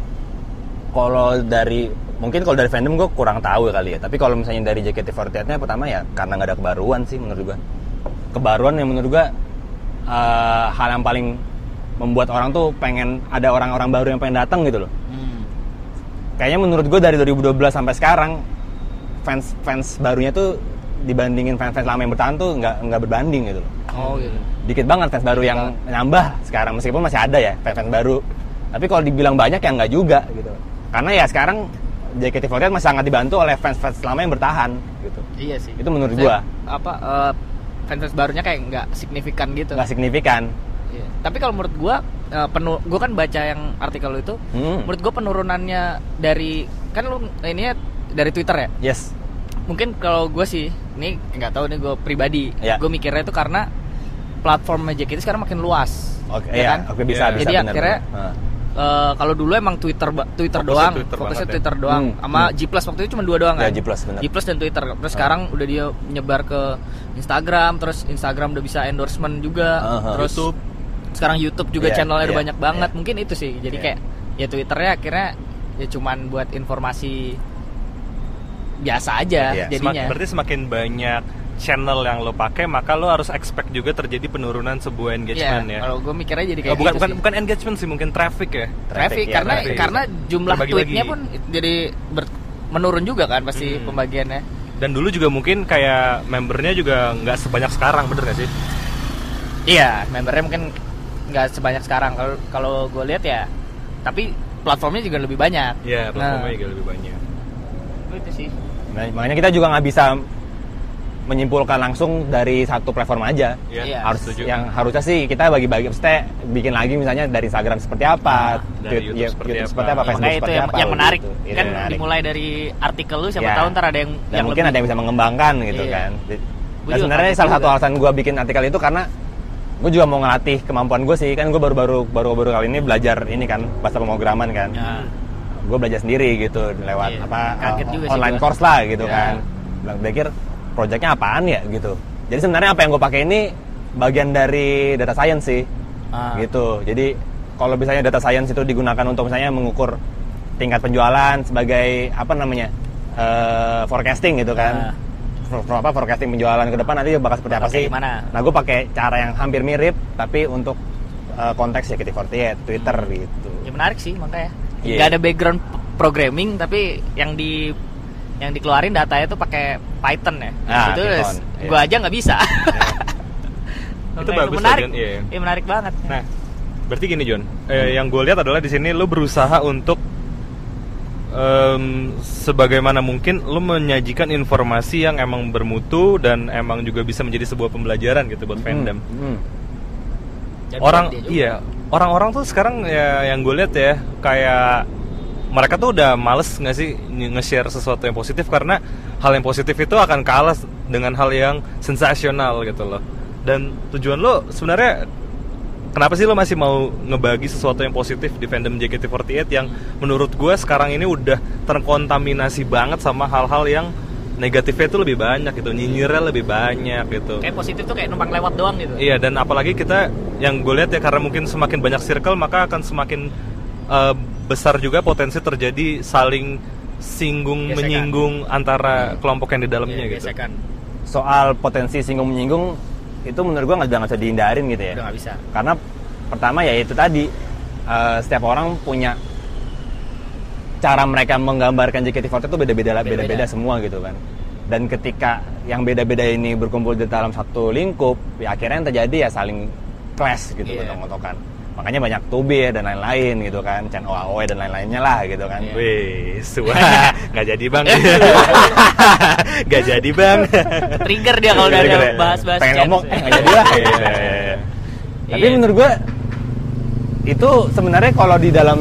D: Kalau dari fandom gue kurang tahu kali ya. Tapi kalau misalnya dari JKT48-nya, pertama ya karena nggak ada kebaruan sih menurut gue. Kebaruan yang menurut gue hal yang paling membuat orang tuh pengen ada orang-orang baru yang pengen datang gitu loh. Kayaknya menurut gue dari 2012 sampai sekarang fans barunya tuh dibandingin fans lama yang bertahan tuh nggak berbanding gitu loh.
C: Oh gitu.
D: Dikit banget fans baru yang nambah sekarang, meskipun masih ada ya fans baru. Tapi kalau dibilang banyak ya nggak juga gitu. Karena ya sekarang JKT48 masih sangat dibantu oleh fans lama yang bertahan gitu.
C: Iya sih.
D: Itu menurut gua.
C: Fans barunya kayak nggak signifikan gitu.
D: Nggak signifikan.
C: Iya. Tapi kalau menurut gua gua kan baca yang artikel itu, menurut gua penurunannya dari kan lu ini dari Twitter ya?
D: Yes.
C: Mungkin kalau gua sih, ini nggak tahu nih gua pribadi, gua mikirnya itu karena platform JKT sekarang makin luas.
D: Oke, ya kan? Oke, bisa.
C: Jadi bener, akhirnya kalau dulu emang Twitter doang, fokusnya Twitter doang, sama G+ waktu itu cuma 2 doang kan?
D: Ya, G+
C: dan Twitter. Terus sekarang udah dia nyebar ke Instagram, terus Instagram udah bisa endorsement juga, terus YouTube. Sekarang YouTube juga channelnya udah banyak banget. Mungkin itu sih. Jadi kayak ya Twitternya akhirnya ya cuman buat informasi biasa aja jadinya.
B: Berarti semakin banyak channel yang lo pakai, maka lo harus expect juga terjadi penurunan sebuah engagement ya. Kalau
C: gue mikirnya jadi kayak
B: bukan engagement sih, mungkin traffic ya.
C: Traffic karena jumlah tweetnya pun jadi menurun juga kan pasti pembagiannya.
B: Dan dulu juga mungkin kayak membernya juga nggak sebanyak sekarang, bener nggak sih?
C: Iya, membernya mungkin nggak sebanyak sekarang. Kalau gue lihat ya, tapi platformnya juga lebih banyak.
B: Iya, platformnya juga lebih banyak.
C: Itu sih.
D: Nah, makanya kita juga nggak bisa menyimpulkan langsung dari satu platform aja. Harusnya sih kita bagi-bagi, maksudnya bikin lagi misalnya dari Instagram seperti apa,
B: dari YouTube
D: seperti apa, Facebook seperti apa.
C: Yang menarik
D: gitu.
C: kan menarik. Dimulai dari artikel lu, siapa tahu ntar ada yang
D: mungkin ada yang bisa mengembangkan gitu kan. Dan sebenarnya salah satu alasan gue bikin artikel itu karena gue juga mau ngelatih kemampuan gue sih, kan gue baru kali ini belajar ini kan bahasa pemrograman kan. Gue belajar sendiri gitu lewat online course lah gitu kan. Pikir projectnya apaan ya gitu. Jadi sebenarnya apa yang gue pakai ini bagian dari data science sih, gitu. Jadi kalau misalnya data science itu digunakan untuk misalnya mengukur tingkat penjualan sebagai forecasting gitu kan. Forecasting penjualan ke depan nanti bakal seperti apa sih? Nah, gue pakai cara yang hampir mirip tapi untuk konteks JKT48 Twitter gitu.
C: Ya menarik sih makanya. Gak ada background programming tapi yang dikeluarin datanya tuh pakai Python ya. Itu gue aja nggak bisa.
B: Itu bagus
C: menarik.
B: John. Iya,
C: menarik banget.
B: Nah, berarti gini John, yang gue lihat adalah di sini lo berusaha untuk sebagaimana mungkin lo menyajikan informasi yang emang bermutu dan emang juga bisa menjadi sebuah pembelajaran gitu buat fandom. Orang-orang tuh sekarang ya yang gue lihat ya kayak mereka tuh udah males nggak sih nge-share sesuatu yang positif, karena hal yang positif itu akan kalah dengan hal yang sensasional gitu loh. Dan tujuan lo sebenarnya kenapa sih lo masih mau ngebagi sesuatu yang positif di fandom JKT48 yang menurut gue sekarang ini udah terkontaminasi banget sama hal-hal yang negatifnya itu lebih banyak gitu, nyinyirnya lebih banyak gitu.
C: Kayak positif tuh kayak numpang lewat doang gitu.
B: Iya, dan apalagi kita yang gue lihat ya, karena mungkin semakin banyak circle maka akan semakin besar juga potensi terjadi saling menyinggung antara kelompok yang di dalamnya gitu.
D: Soal potensi singgung menyinggung itu menurut gue nggak bisa dihindarin gitu ya.
C: Udah nggak bisa.
D: Karena pertama ya itu tadi setiap orang punya cara mereka menggambarkan JKT48 itu beda-beda semua gitu kan. Dan ketika yang beda-beda ini berkumpul di dalam satu lingkup, ya akhirnya yang terjadi ya saling clash gitu, gotok-gotokan. Makanya banyak tubir dan lain-lain gitu kan, Chan OAOE dan lain-lainnya lah gitu kan.
B: Wih, nggak jadi bang. Nggak jadi bang.
C: Trigger dia kalau udah ada bahas-bahas.
D: Pengen ngomong, nggak jadi lah. Tapi menurut gue itu sebenarnya kalau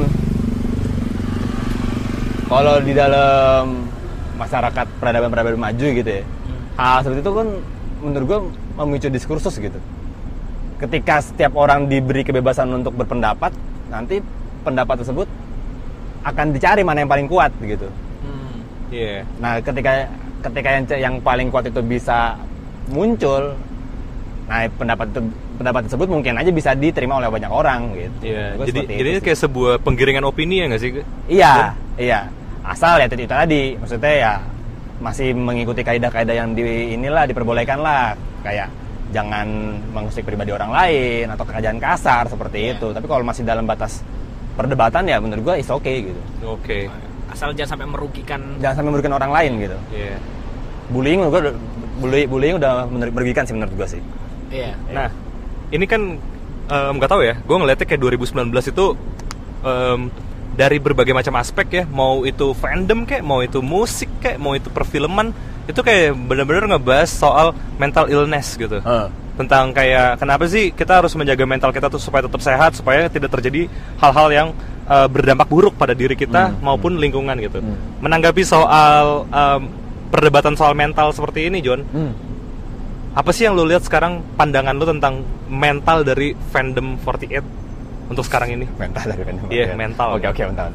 D: di dalam masyarakat peradaban maju gitu ya, hal seperti itu kan menurut gue memicu diskursus gitu. Ketika setiap orang diberi kebebasan untuk berpendapat, nanti pendapat tersebut akan dicari mana yang paling kuat gitu.
B: Iya.
D: Nah, ketika yang paling kuat itu bisa muncul, nah pendapat tersebut mungkin aja bisa diterima oleh banyak orang gitu.
B: Iya. Jadi kayak sebuah penggiringan opini ya nggak sih?
D: Iya. Asal ya itu tadi, maksudnya ya masih mengikuti kaidah-kaidah yang diperbolehkan lah, kayak jangan mengusik pribadi orang lain atau kerjaan kasar seperti itu. Tapi kalau masih dalam batas perdebatan ya menurut gue is okay gitu.
B: Oke.
C: Asal jangan sampai merugikan
D: orang lain gitu.
B: Iya.
D: Bullying udah merugikan sih menurut gue sih.
C: Iya.
B: Nah, ini kan nggak tahu ya, gue ngeliatnya kayak 2019 itu dari berbagai macam aspek ya, mau itu fandom kayak, mau itu musik kayak, mau itu perfilman, itu kayak benar-benar ngebahas soal mental illness gitu. Tentang kayak kenapa sih kita harus menjaga mental kita tuh supaya tetap sehat, supaya tidak terjadi hal-hal yang berdampak buruk pada diri kita maupun lingkungan gitu. Menanggapi soal perdebatan soal mental seperti ini, John, apa sih yang lu lihat sekarang, pandangan lu tentang mental dari fandom 48 untuk sekarang ini?
D: Mental dari fandom.
B: Iya, mental.
D: Oke, bentar.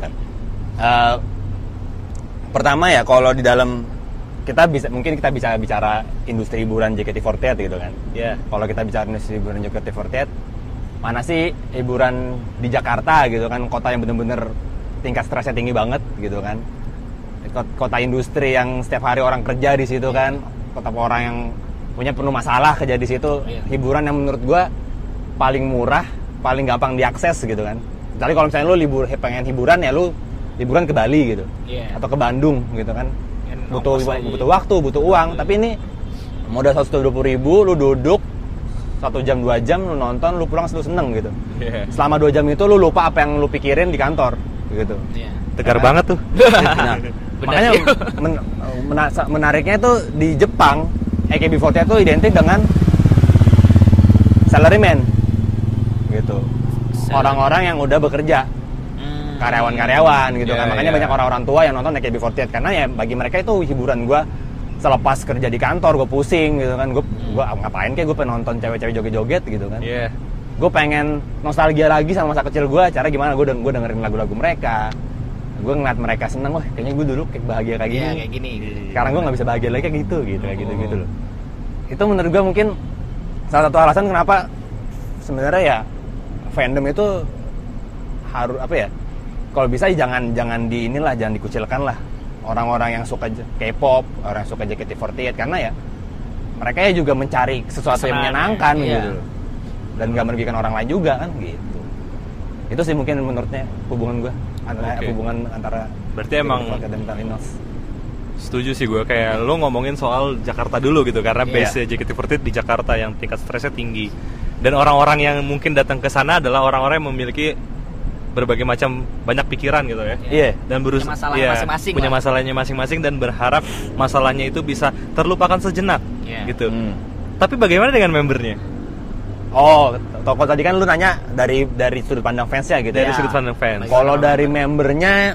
D: Pertama ya, kalau di dalam kita bisa bicara industri hiburan JKT48 gitu kan.
B: Iya.
D: Kalau kita bicara industri hiburan JKT48, mana sih hiburan di Jakarta gitu kan, kota yang bener-bener tingkat stresnya tinggi banget gitu kan. Kota industri yang setiap hari orang kerja di situ kan, kota orang yang punya penuh masalah kerja di situ. Hiburan yang menurut gua paling murah, paling gampang diakses gitu kan. Jadi kalau misalnya lu pengen hiburan ya lu liburan ke Bali gitu, atau ke Bandung gitu kan. Butuh waktu, butuh uang. Tapi ini modal 120.000, lu duduk 1 jam 2 jam, lu nonton, lu pulang lu seneng gitu. Selama 2 jam itu lu lupa apa yang lu pikirin di kantor gitu.
B: Tegar banget tuh.
D: Nah, makanya menariknya itu di Jepang, AKB48 itu identik dengan salaryman gitu. Orang-orang yang udah bekerja, karyawan-karyawan gitu kan. Makanya banyak orang-orang tua yang nonton AKB48 karena ya bagi mereka itu hiburan. Gue selepas kerja di kantor, gue pusing gitu kan. Gue ngapain kayak gue pengen nonton cewek-cewek joget-joget gitu kan. Gue pengen nostalgia lagi sama masa kecil gue. Cara gimana gue dengerin lagu-lagu mereka. Gue ngeliat mereka seneng, wah kayaknya gue dulu kayak bahagia kayak gini.
C: Kayak gini.
D: Sekarang gue nggak bisa bahagia lagi kayak gitu loh. Itu menurut gue mungkin salah satu alasan kenapa sebenarnya ya fandom itu harus apa ya? Kalau bisa jangan dikucilkan lah orang-orang yang suka K-pop, orang yang suka JKT48 karena ya mereka ya juga mencari sesuatu yang menyenangkan gitu dan nggak merugikan orang lain juga kan gitu. Itu sih mungkin menurutnya hubungan antara
B: berarti emang
D: dan Talinos.
B: Setuju sih gue, kayak lo ngomongin soal Jakarta dulu gitu karena base JKT48 di Jakarta yang tingkat stresnya tinggi dan orang-orang yang mungkin datang ke sana adalah orang-orang yang memiliki berbagai macam banyak pikiran gitu ya. Dan punya masalahnya masing-masing dan berharap masalahnya itu bisa terlupakan sejenak gitu. Tapi bagaimana dengan membernya?
D: Toko tadi kan lu nanya dari sudut pandang fans ya gitu.
B: Dari sudut pandang fans.
D: Kalau dari membernya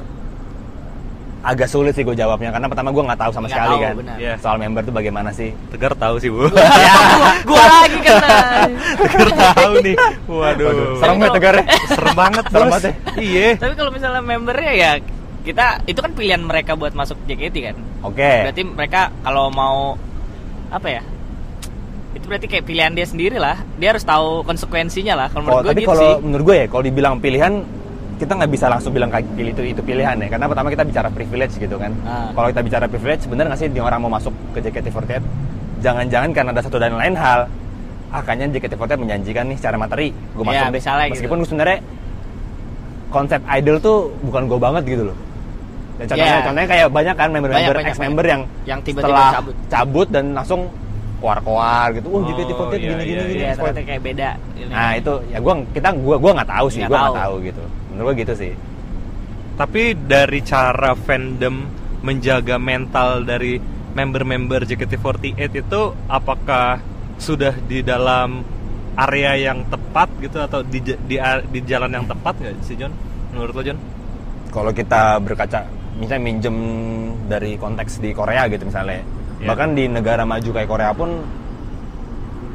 D: agak sulit sih gue jawabnya karena pertama gue nggak tahu sama sekali kan soal member tuh bagaimana sih.
B: Tegar tahu sih bu.
C: Gue lagi kena.
B: Tegar tahu nih. Waduh.
D: Serem banget Tegar.
B: Serem banget bos. Iya.
C: Tapi kalau misalnya membernya ya kita itu kan pilihan mereka buat masuk JKT kan. Berarti mereka kalau mau apa ya? Itu berarti kayak pilihan dia sendiri lah. Dia harus tahu konsekuensinya lah. Kalau menurut gue gitu sih. Tapi kalau
D: menurut gue ya kalau dibilang pilihan kita nggak bisa langsung bilang kayak itu pilihan ya karena pertama kita bicara privilege gitu kan. Kalau kita bicara privilege bener nggak sih orang mau masuk ke JKT48 jangan-jangan karena ada satu dan lain hal akhirnya JKT48 menjanjikan nih secara materi gue masuk deh meskipun gitu. Sebenarnya konsep idol tuh bukan gue banget gitu loh. Dan contohnya kayak banyak kan member-member ex-member yang
C: tiba-tiba
D: cabut dan langsung keluar gitu. JKT48 gini.
C: Ternyata kayak beda.
D: Nah, itu ya gua enggak tahu sih, gua enggak tahu gitu. Menurut gua gitu sih.
B: Tapi dari cara fandom menjaga mental dari member-member JKT48 itu apakah sudah di dalam area yang tepat gitu atau di jalan yang tepat nggak sih John? Menurut lo John?
D: Kalau kita berkaca, misalnya minjem dari konteks di Korea gitu misalnya, bahkan di negara maju kayak Korea pun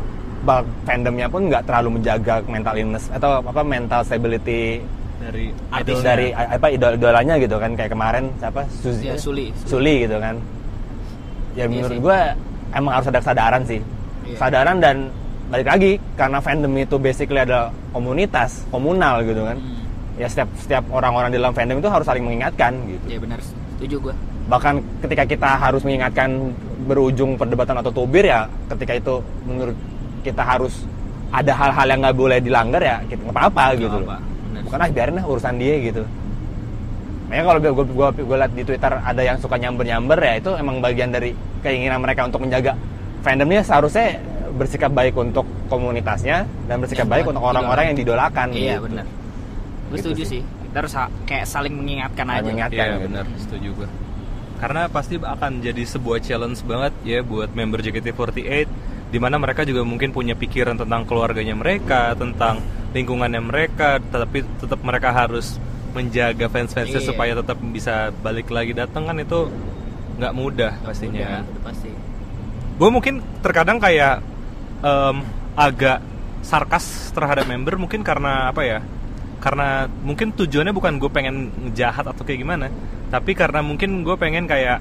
D: fandomnya pun nggak terlalu menjaga mental illness atau mental stability
B: dari
D: idolanya gitu kan, kayak kemarin siapa Suli gitu kan. Ya menurut gue emang harus ada kesadaran sih, kesadaran. Dan balik lagi karena fandom itu basically ada komunal gitu kan. Ya setiap orang-orang di dalam fandom itu harus saling mengingatkan gitu.
C: Iya benar, setuju gue.
D: Bahkan ketika kita harus mengingatkan berujung perdebatan atau tubir, ya ketika itu menurut kita harus ada hal-hal yang nggak boleh dilanggar, ya kita nggak apa-apa gitu. Bukan biarin lah urusan dia gitu. Makanya kalau gue lihat di Twitter ada yang suka nyamber ya itu emang bagian dari keinginan mereka untuk menjaga fandomnya. Seharusnya bersikap baik untuk komunitasnya dan bersikap baik untuk orang-orang yang didolakan.
C: Iya
D: gitu.
C: benar. Gue
D: Gitu
C: setuju sih. Kita harus kayak saling mengingatkan aja.
B: Iya benar, setuju gue. Karena pasti akan jadi sebuah challenge banget ya buat member JKT48, di mana mereka juga mungkin punya pikiran tentang keluarganya mereka, tentang lingkungannya mereka, tapi tetap mereka harus menjaga fans-fansnya supaya tetap bisa balik lagi datang, kan itu nggak mudah pastinya.
C: Udah pasti.
B: Gue mungkin terkadang kayak agak sarkas terhadap member, mungkin karena apa ya? Karena mungkin tujuannya bukan gue pengen jahat atau kayak gimana, tapi karena mungkin gue pengen kayak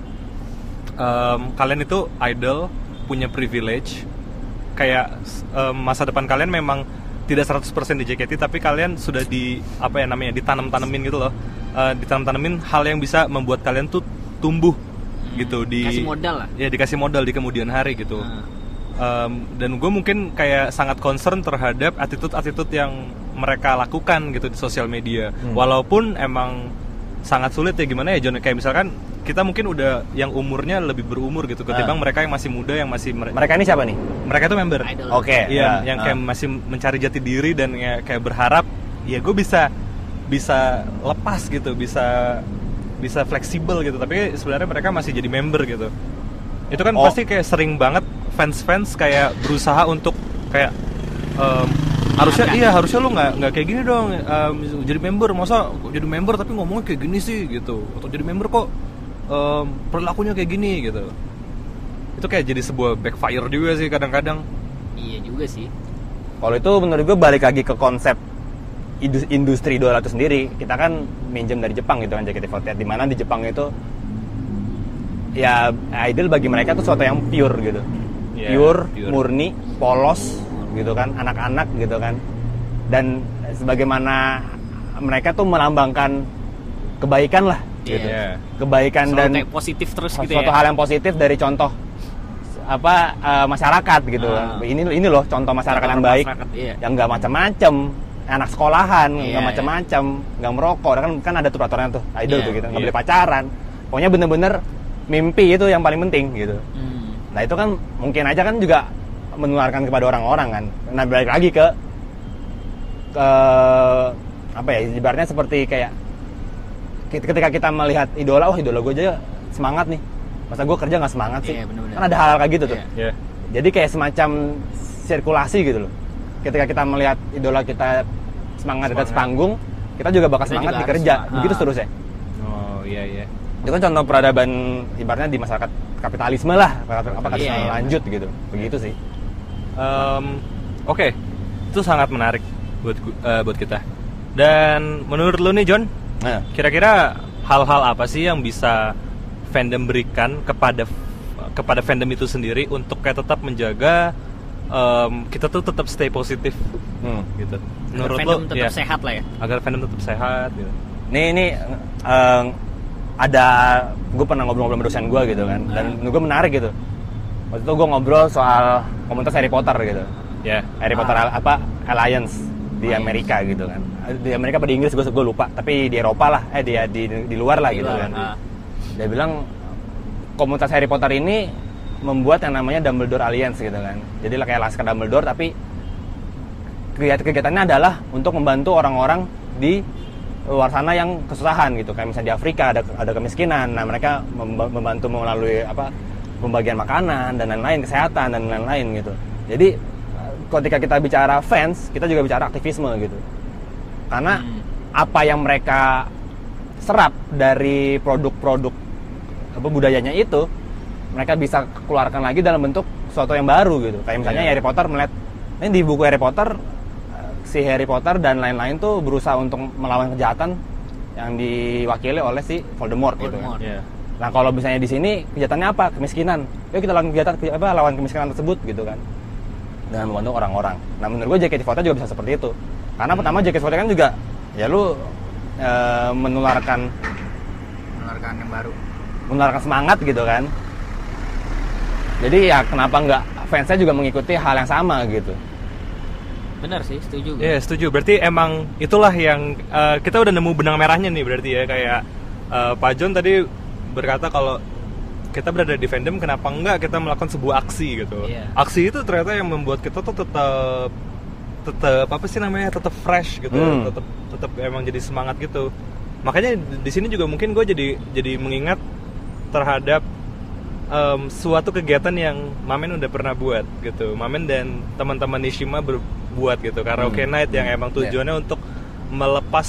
B: kalian itu idol, punya privilege, kayak masa depan kalian memang tidak 100% di JKT, tapi kalian sudah ditanam-tanemin gitu loh, ditanam-tanemin hal yang bisa membuat kalian tuh tumbuh gitu,
C: kasih modal lah.
B: Ya dikasih modal di kemudian hari gitu. Dan gue mungkin kayak sangat concern terhadap attitude yang mereka lakukan gitu di sosial media. Walaupun emang sangat sulit ya, gimana ya John, kayak misalkan kita mungkin udah yang umurnya lebih berumur gitu ketimbang mereka yang masih muda, yang masih
D: mereka ini siapa nih?
B: Mereka itu member.
D: Oke.
B: Iya, yang kayak masih mencari jati diri dan ya, kayak berharap ya gue bisa lepas gitu, bisa fleksibel gitu, tapi sebenarnya mereka masih jadi member gitu. Itu kan pasti kayak sering banget fans kayak berusaha untuk kayak harusnya lu nggak kayak gini dong, jadi member, masa jadi member tapi ngomongnya kayak gini sih gitu, atau jadi member kok perilakunya kayak gini gitu. Itu kayak jadi sebuah backfire juga sih kadang-kadang.
C: Iya juga sih.
D: Kalau itu menurut gue balik lagi ke konsep industri idola itu sendiri. Kita kan minjem dari Jepang gitu kan, JKT48, di mana di Jepang itu ya idol bagi mereka tuh sesuatu yang pure gitu. Pure, murni, polos gitu kan, anak-anak gitu kan. Dan sebagaimana mereka tuh melambangkan kebaikan lah gitu. Kebaikan selalu dan
C: kayak positif terus gitu ya.
D: Suatu hal yang positif dari contoh masyarakat gitu. Ini loh contoh masyarakat yang baik, yang enggak macam-macam, anak sekolahan, enggak macam-macam, enggak merokok. Kan ada tuh peraturan tuh idol tuh gitu, enggak boleh pacaran. Pokoknya bener-bener mimpi itu yang paling penting gitu. Nah itu kan mungkin aja kan juga menularkan kepada orang-orang kan. Nah balik lagi ke apa ya, ibaratnya seperti kayak ketika kita melihat idola, idola gue aja semangat nih, masa gue kerja nggak semangat sih? Kan ada hal-hal kayak gitu tuh. Jadi kayak semacam sirkulasi gitu loh. Ketika kita melihat idola kita semangat di atas panggung, kita juga bakal semangat di kerja. Begitu seterusnya.
B: Oh iya.
D: Itu kan contoh peradaban ibaratnya di masyarakat kapitalisme lah, kapitalisme lanjut gitu. Begitu sih. Oke. Itu sangat menarik buat kita. Dan menurut lo nih John, kira-kira hal-hal apa sih yang bisa fandom berikan kepada fandom itu sendiri untuk kayak tetap menjaga kita tuh tetap stay positif gitu. Menurut
C: fandom
B: lo
C: tetap sehat lah ya.
B: Agar fandom tetap sehat gitu.
D: Ini gue pernah ngobrol-ngobrol sama dosen gue gitu kan, dan gue menarik gitu. Waktu itu gue ngobrol soal komunitas Harry Potter gitu. Harry Potter Alliance di Amerika gitu kan. Di Amerika apa di Inggris gue lupa, tapi di Eropa lah, di luar lah gitu kan. Dia bilang komunitas Harry Potter ini membuat yang namanya Dumbledore Alliance gitu kan. Jadi lah kayak Laskar Dumbledore, tapi kegiatannya adalah untuk membantu orang-orang di luar sana yang kesusahan gitu, kayak misalnya di Afrika ada kemiskinan. Nah mereka membantu melalui pembagian makanan dan lain-lain, kesehatan dan lain-lain gitu. Jadi ketika kita bicara fans, kita juga bicara aktivisme gitu. Karena apa yang mereka serap dari produk-produk budayanya itu, mereka bisa keluarkan lagi dalam bentuk sesuatu yang baru gitu. Kayak misalnya Harry Potter melihat Ini di buku Harry Potter, si Harry Potter dan lain-lain tuh berusaha untuk melawan kejahatan yang diwakili oleh si Voldemort. Gitu kan.
B: Yeah.
D: Nah kalau misalnya di sini kejahatannya apa? Kemiskinan. Yuk kita lawan kemiskinan tersebut gitu kan. Dengan membantu orang-orang. Nah menurut gue JKT48 juga bisa seperti itu. Karena pertama JKT48 kan juga ya lu menularkan
C: yang baru.
D: Menularkan semangat gitu kan. Jadi ya kenapa nggak fansnya juga mengikuti hal yang sama gitu.
C: Benar sih, setuju.
B: Iya, setuju. Berarti emang itulah yang kita udah nemu benang merahnya nih berarti ya. Kayak Pak John tadi berkata kalau kita berada di fandom, kenapa enggak kita melakukan sebuah aksi gitu.
C: Yeah.
B: Aksi itu ternyata yang membuat kita tuh tetap apa sih namanya, tetap fresh gitu, tetap emang jadi semangat gitu. Makanya di sini juga mungkin gue jadi mengingat terhadap suatu kegiatan yang Mamen udah pernah buat gitu. Mamen dan teman-teman Nishima buat gitu, karaoke night yang emang tujuannya untuk melepas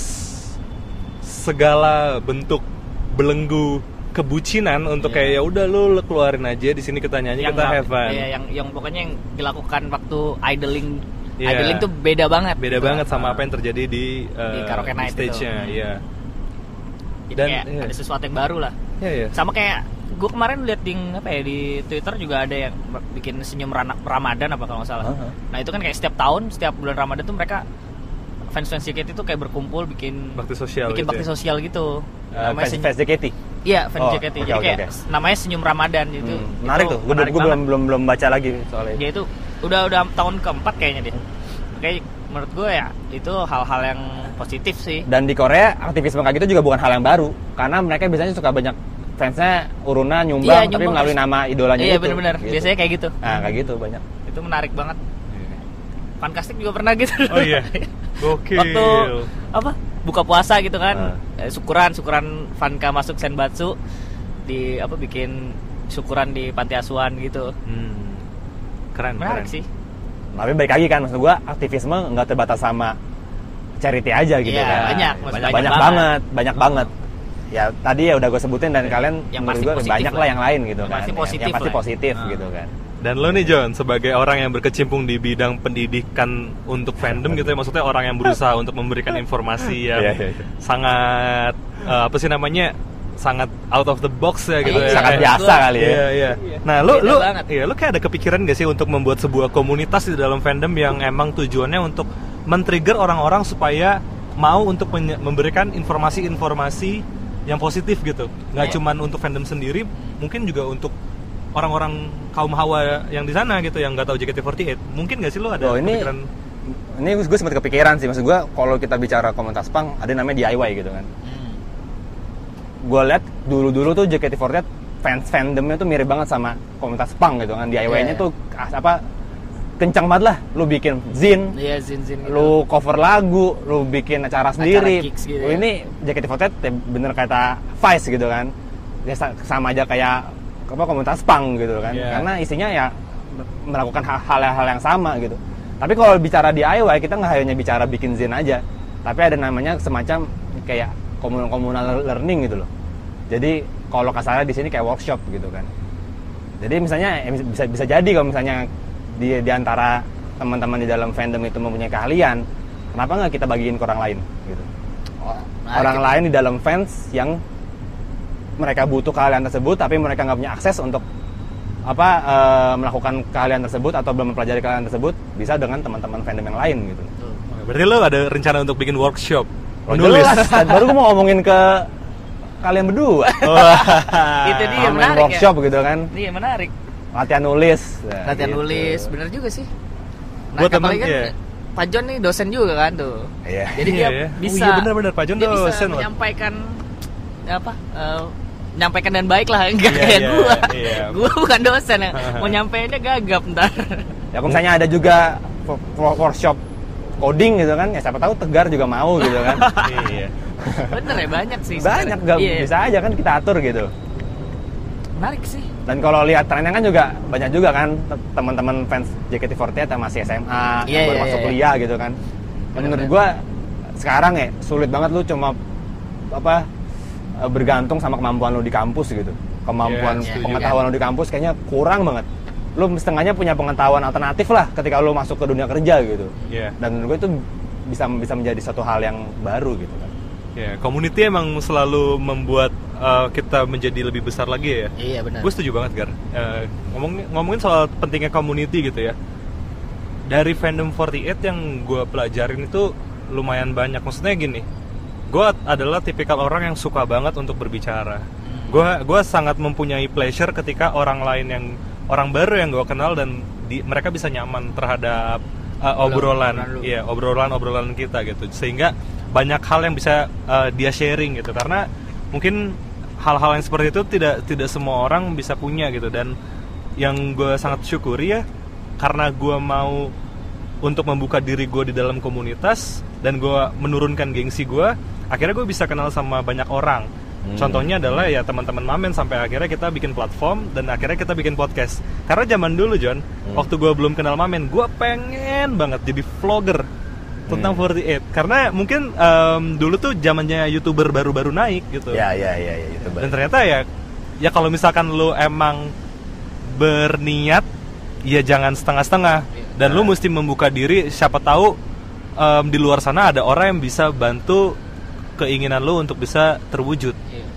B: segala bentuk belenggu kebucinan untuk kayak ya udah lu keluarin aja di sini kita nyanyi, kita have fun.
C: Iya, yang pokoknya yang dilakukan waktu idling. Idling tuh beda banget.
B: Beda banget sama apa yang terjadi di
C: karaoke night
B: stage-nya, iya.
C: Jadi kayak ada sesuatu yang baru lah.
B: Iya.
C: Sama kayak gue kemarin lihat di Twitter juga ada yang bikin senyum Ramadan apa kalau nggak salah. Nah itu kan kayak setiap tahun, setiap bulan Ramadan tuh mereka fans JKT itu kayak berkumpul bikin bakti sosial gitu.
D: Fans JKT.
C: Iya, fans JKT. Jadi kayak namanya senyum Ramadan gitu.
D: Menarik tuh. Gue belum baca lagi soalnya.
C: Dia itu udah tahun keempat kayaknya dia. Kayak menurut gue ya itu hal-hal yang positif sih.
D: Dan di Korea aktivisme kayak gitu juga bukan hal yang baru, karena mereka biasanya suka banyak fansnya urunan nyumbang tapi melalui nama idolanya
C: itu. Iya
D: gitu.
C: benar-benar. Biasanya kayak gitu.
D: Nah kayak gitu banyak.
C: Itu menarik banget. Fantastic juga pernah gitu.
B: Oh iya. Gokil.
C: Waktu apa? Buka puasa gitu kan. Syukuran Fanka masuk Senbatsu di bikin syukuran di panti asuhan gitu.
B: Keren.
C: Sih.
D: Tapi baik lagi kan, maksud gua aktivisme nggak terbatas sama charity aja gitu kan. Banyak banget. Ya tadi ya udah gue sebutin dan kalian
C: yang
D: menurut gue banyak lah yang lain gitu kan.
C: Yang
D: pasti positif gitu kan.
B: Dan lo nih John, sebagai orang yang berkecimpung di bidang pendidikan untuk fandom gitu ya, maksudnya orang yang berusaha untuk memberikan informasi yang sangat sangat out of the box ya gitu ya.
D: Sangat biasa kali ya.
B: Iya. Nah, lu kayak ada kepikiran gak sih untuk membuat sebuah komunitas di dalam fandom yang emang tujuannya untuk men-trigger orang-orang supaya mau untuk memberikan informasi-informasi yang positif gitu. Nggak cuman untuk fandom sendiri, mungkin juga untuk orang-orang kaum hawa yang di sana gitu yang nggak tahu JKT48. Mungkin nggak sih lo ada kepikiran?
D: Ini gue sempat kepikiran sih, maksud gue kalau kita bicara komunitas punk ada namanya DIY gitu kan. Gue liat dulu tuh JKT48 fandomnya tuh mirip banget sama komunitas punk gitu kan. DIY-nya tuh kencang banget lah. Lu bikin zin,
C: zin gitu.
D: Lu cover lagu, lu bikin acara sendiri.
C: Gitu
D: lu ini JKT48 bener kata Vice gitu kan. Ya sama aja kayak komunitas punk gitu kan. Karena isinya ya melakukan hal-hal yang sama gitu. Tapi kalau bicara DIY, kita nggak hanya bicara bikin zin aja, tapi ada namanya semacam kayak komunal learning gitu loh. Jadi kalau kasarnya di sini kayak workshop gitu kan. Jadi misalnya bisa jadi kalau misalnya di antara teman-teman di dalam fandom itu mempunyai keahlian, kenapa nggak kita bagiin ke orang lain gitu? Orang lain di dalam fans yang mereka butuh keahlian tersebut, tapi mereka nggak punya akses untuk melakukan keahlian tersebut atau belum mempelajari keahlian tersebut, bisa dengan teman-teman fandom yang lain gitu.
B: Berarti lo ada rencana untuk bikin workshop?
D: Menulis. Baru gue mau ngomongin ke kalian berdua.
C: Itu dia menarik
D: workshop ya? Gitu kan?
C: Iya menarik.
D: Latihan nulis.
C: Latihan nulis, bener juga sih. Nah,
B: buat teman
C: kan Pak John nih dosen juga kan tuh.
D: Iya.
C: Jadi dia bisa.
B: Oh iya benar-benar Pak John dosen.
C: Bisa menyampaikan menyampaikan dan baik lah, enggak kayak gua. Gua bukan dosen ya. Mau nyampeinnya gagap ntar.
D: Ya kalau misalnya ada juga workshop coding gitu kan, ya siapa tahu Tegar juga mau gitu kan.
B: Iya.
C: Bener ya, banyak sih.
D: Banyak, bisa aja kan kita atur gitu.
C: Menarik sih.
D: Dan kalau lihat trennya kan juga banyak juga kan teman-teman fans JKT48 yang masih SMA, yang baru masuk kuliah gitu kan. Menurut gua sekarang ya sulit banget lu cuma bergantung sama kemampuan lu di kampus gitu. Kemampuan pengetahuan lu di kampus kayaknya kurang banget. Lu lu setengahnya punya pengetahuan alternatif lah ketika lu masuk ke dunia kerja gitu. Dan menurut gue itu bisa menjadi satu hal yang baru gitu kan.
B: Community emang selalu membuat kita menjadi lebih besar lagi ya.
C: Iya benar.
B: Gue setuju banget Gar. Ngomongin soal pentingnya community gitu ya. Dari Fandom 48 yang gue pelajarin itu lumayan banyak. Maksudnya gini, gue adalah tipikal orang yang suka banget untuk berbicara. Gue sangat mempunyai pleasure ketika orang baru yang gue kenal dan mereka bisa nyaman terhadap obrolan kita gitu, sehingga banyak hal yang bisa dia sharing gitu, karena mungkin hal-hal yang seperti itu tidak semua orang bisa punya gitu. Dan yang gue sangat syukuri ya, karena gue mau untuk membuka diri gue di dalam komunitas dan gue menurunkan gengsi gue, akhirnya gue bisa kenal sama banyak orang. Contohnya adalah ya teman-teman Mamen, sampai akhirnya kita bikin platform dan akhirnya kita bikin podcast. Karena zaman dulu John, waktu gue belum kenal Mamen, gue pengen banget jadi vlogger tentang 48. Karena mungkin dulu tuh zamannya YouTuber baru-baru naik gitu.
D: Ya, YouTuber.
B: Dan ternyata ya kalau misalkan lu emang berniat, ya jangan setengah-setengah. Dan lu mesti membuka diri, siapa tahu di luar sana ada orang yang bisa bantu keinginan lu untuk bisa terwujud.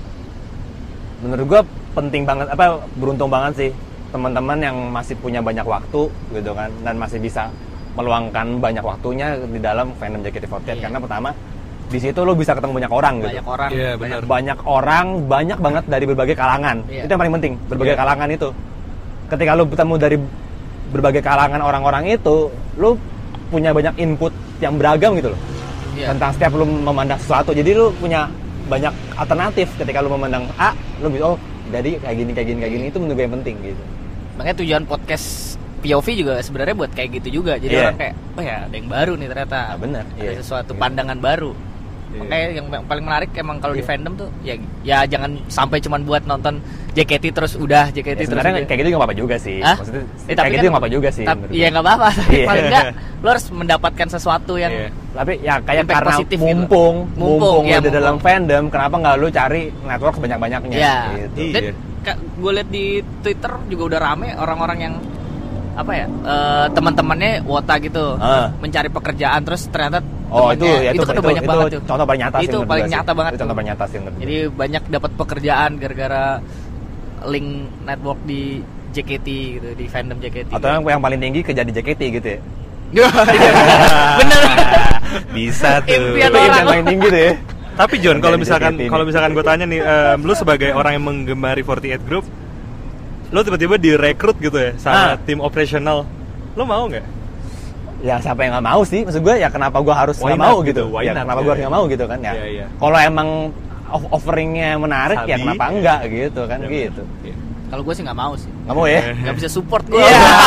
D: Menurut gue penting banget, beruntung banget sih teman-teman yang masih punya banyak waktu gitu kan, dan masih bisa meluangkan banyak waktunya di dalam fandom JKT48. Karena pertama di situ lo bisa ketemu banyak orang gitu. Banyak orang, banyak banget dari berbagai kalangan. Itu yang paling penting, berbagai kalangan itu. Ketika lo bertemu dari berbagai kalangan orang-orang itu, lo punya banyak input yang beragam gitu loh. Tentang setiap lo memandang sesuatu. Jadi lo punya banyak alternatif. Ketika lo memandang A, lo bisa jadi kayak gini. Itu menurut gue yang penting gitu.
C: Makanya tujuan podcast POV juga sebenarnya buat kayak gitu juga. Jadi orang kayak, ada yang baru nih ternyata.
D: Bener.
C: Ada sesuatu pandangan baru. Makanya yang paling menarik emang kalau di fandom tuh ya jangan sampai cuman buat nonton JKT terus udah JKT terus.
D: Sebenarnya kayak gitu nggak apa-apa juga sih. Maksudnya kayak gitu nggak apa-apa juga sih.
C: Iya nggak apa-apa. Paling nggak lo harus mendapatkan sesuatu yang.
D: Tapi ya kayak karena mumpung
C: ya,
D: di dalam fandom, kenapa nggak lu cari network sebanyak-banyaknya?
C: Gitu. Dan gue liat di Twitter juga udah rame orang-orang yang teman-temannya wota gitu mencari pekerjaan, terus ternyata itu kan banyak banget tuh.
D: Contoh paling nyata sih.
C: Itu paling nyata banget.
D: Itu contoh paling nyata sih.
C: Jadi banyak dapat pekerjaan gara-gara link network di JKT gitu, di fandom JKT.
D: Atau yang paling tinggi kerja di JKT gitu ya.
C: Bener.
B: Bisa tuh.
C: Impian orang
D: yang paling tinggi tuh ya.
B: Tapi John, kalau misalkan gue tanya nih, lu sebagai orang yang menggemari 48 Group, lu tiba-tiba direkrut gitu ya sama tim operasional, lu mau nggak?
D: Ya siapa yang nggak mau sih, maksud gue ya kenapa gue harus nggak mau gitu? Kenapa gue harus nggak mau gitu kan ya? Kalau emang offeringnya menarik ya kenapa enggak gitu kan gitu.
C: Kalau gue sih nggak mau sih.
D: Nggak mau ya?
C: Nggak bisa support gue.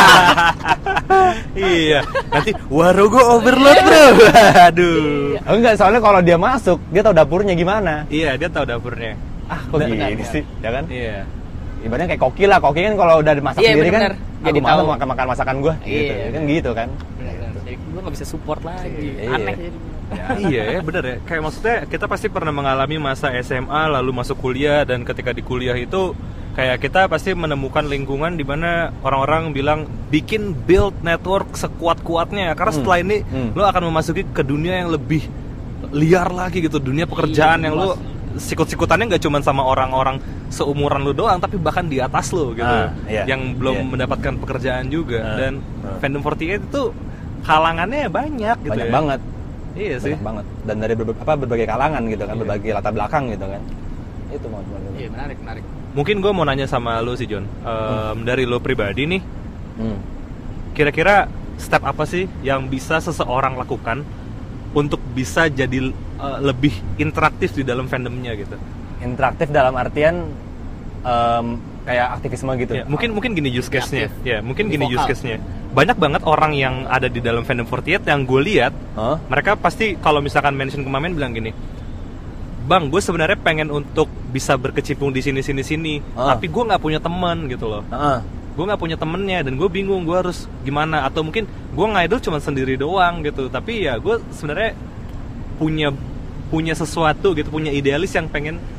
B: Iya. Nanti waro gue overload bro. Aduh.
D: Enggak, soalnya kalau dia masuk dia tahu dapurnya gimana.
B: Iya, dia tahu dapurnya.
D: Kok gini sih, ya kan?
B: Iya.
D: Ibaratnya kayak koki lah, koki kan kalau udah dimasak sendiri kan jadi malu makan masakan gue gitu. Kan gitu kan.
C: Jadi gue nggak bisa support lagi. Aneh jadi.
B: Iya ya, bener ya. Kayak maksudnya kita pasti pernah mengalami masa SMA lalu masuk kuliah, dan ketika di kuliah itu kayak kita pasti menemukan lingkungan di mana orang-orang bilang bikin build network sekuat-kuatnya, karena setelah ini lo akan memasuki ke dunia yang lebih liar lagi gitu, dunia pekerjaan yang lo sikut-sikutannya nggak cuma sama orang-orang seumuran lo doang, tapi bahkan di atas lo gitu, yang belum mendapatkan pekerjaan juga. Dan Fandom 48 itu kalangannya banyak gitu.
D: Banyak banget.
B: Iya sih.
D: Banyak banget. Dan dari berbagai kalangan gitu kan, berbagai latar belakang gitu kan. Itu teman-teman.
C: Iya, menarik.
B: Mungkin gue mau nanya sama lo sih John, dari lo pribadi nih, kira-kira step apa sih yang bisa seseorang lakukan untuk bisa jadi lebih interaktif di dalam fandomnya gitu?
D: Interaktif dalam artian kayak aktivisme gitu.
B: Ya, mungkin gini use case-nya. Ya, mungkin gini use case-nya. Banyak banget orang yang ada di dalam fandom 48 yang gue lihat, mereka pasti kalau misalkan mention ke Mamen bilang gini, Bang, gue sebenarnya pengen untuk bisa berkecimpung di sini, tapi gue nggak punya teman gitu loh. Gue nggak punya temennya dan gue bingung gue harus gimana. Atau mungkin gue ngidol cuma sendiri doang gitu, tapi ya gue sebenarnya punya sesuatu gitu, punya idealis yang pengen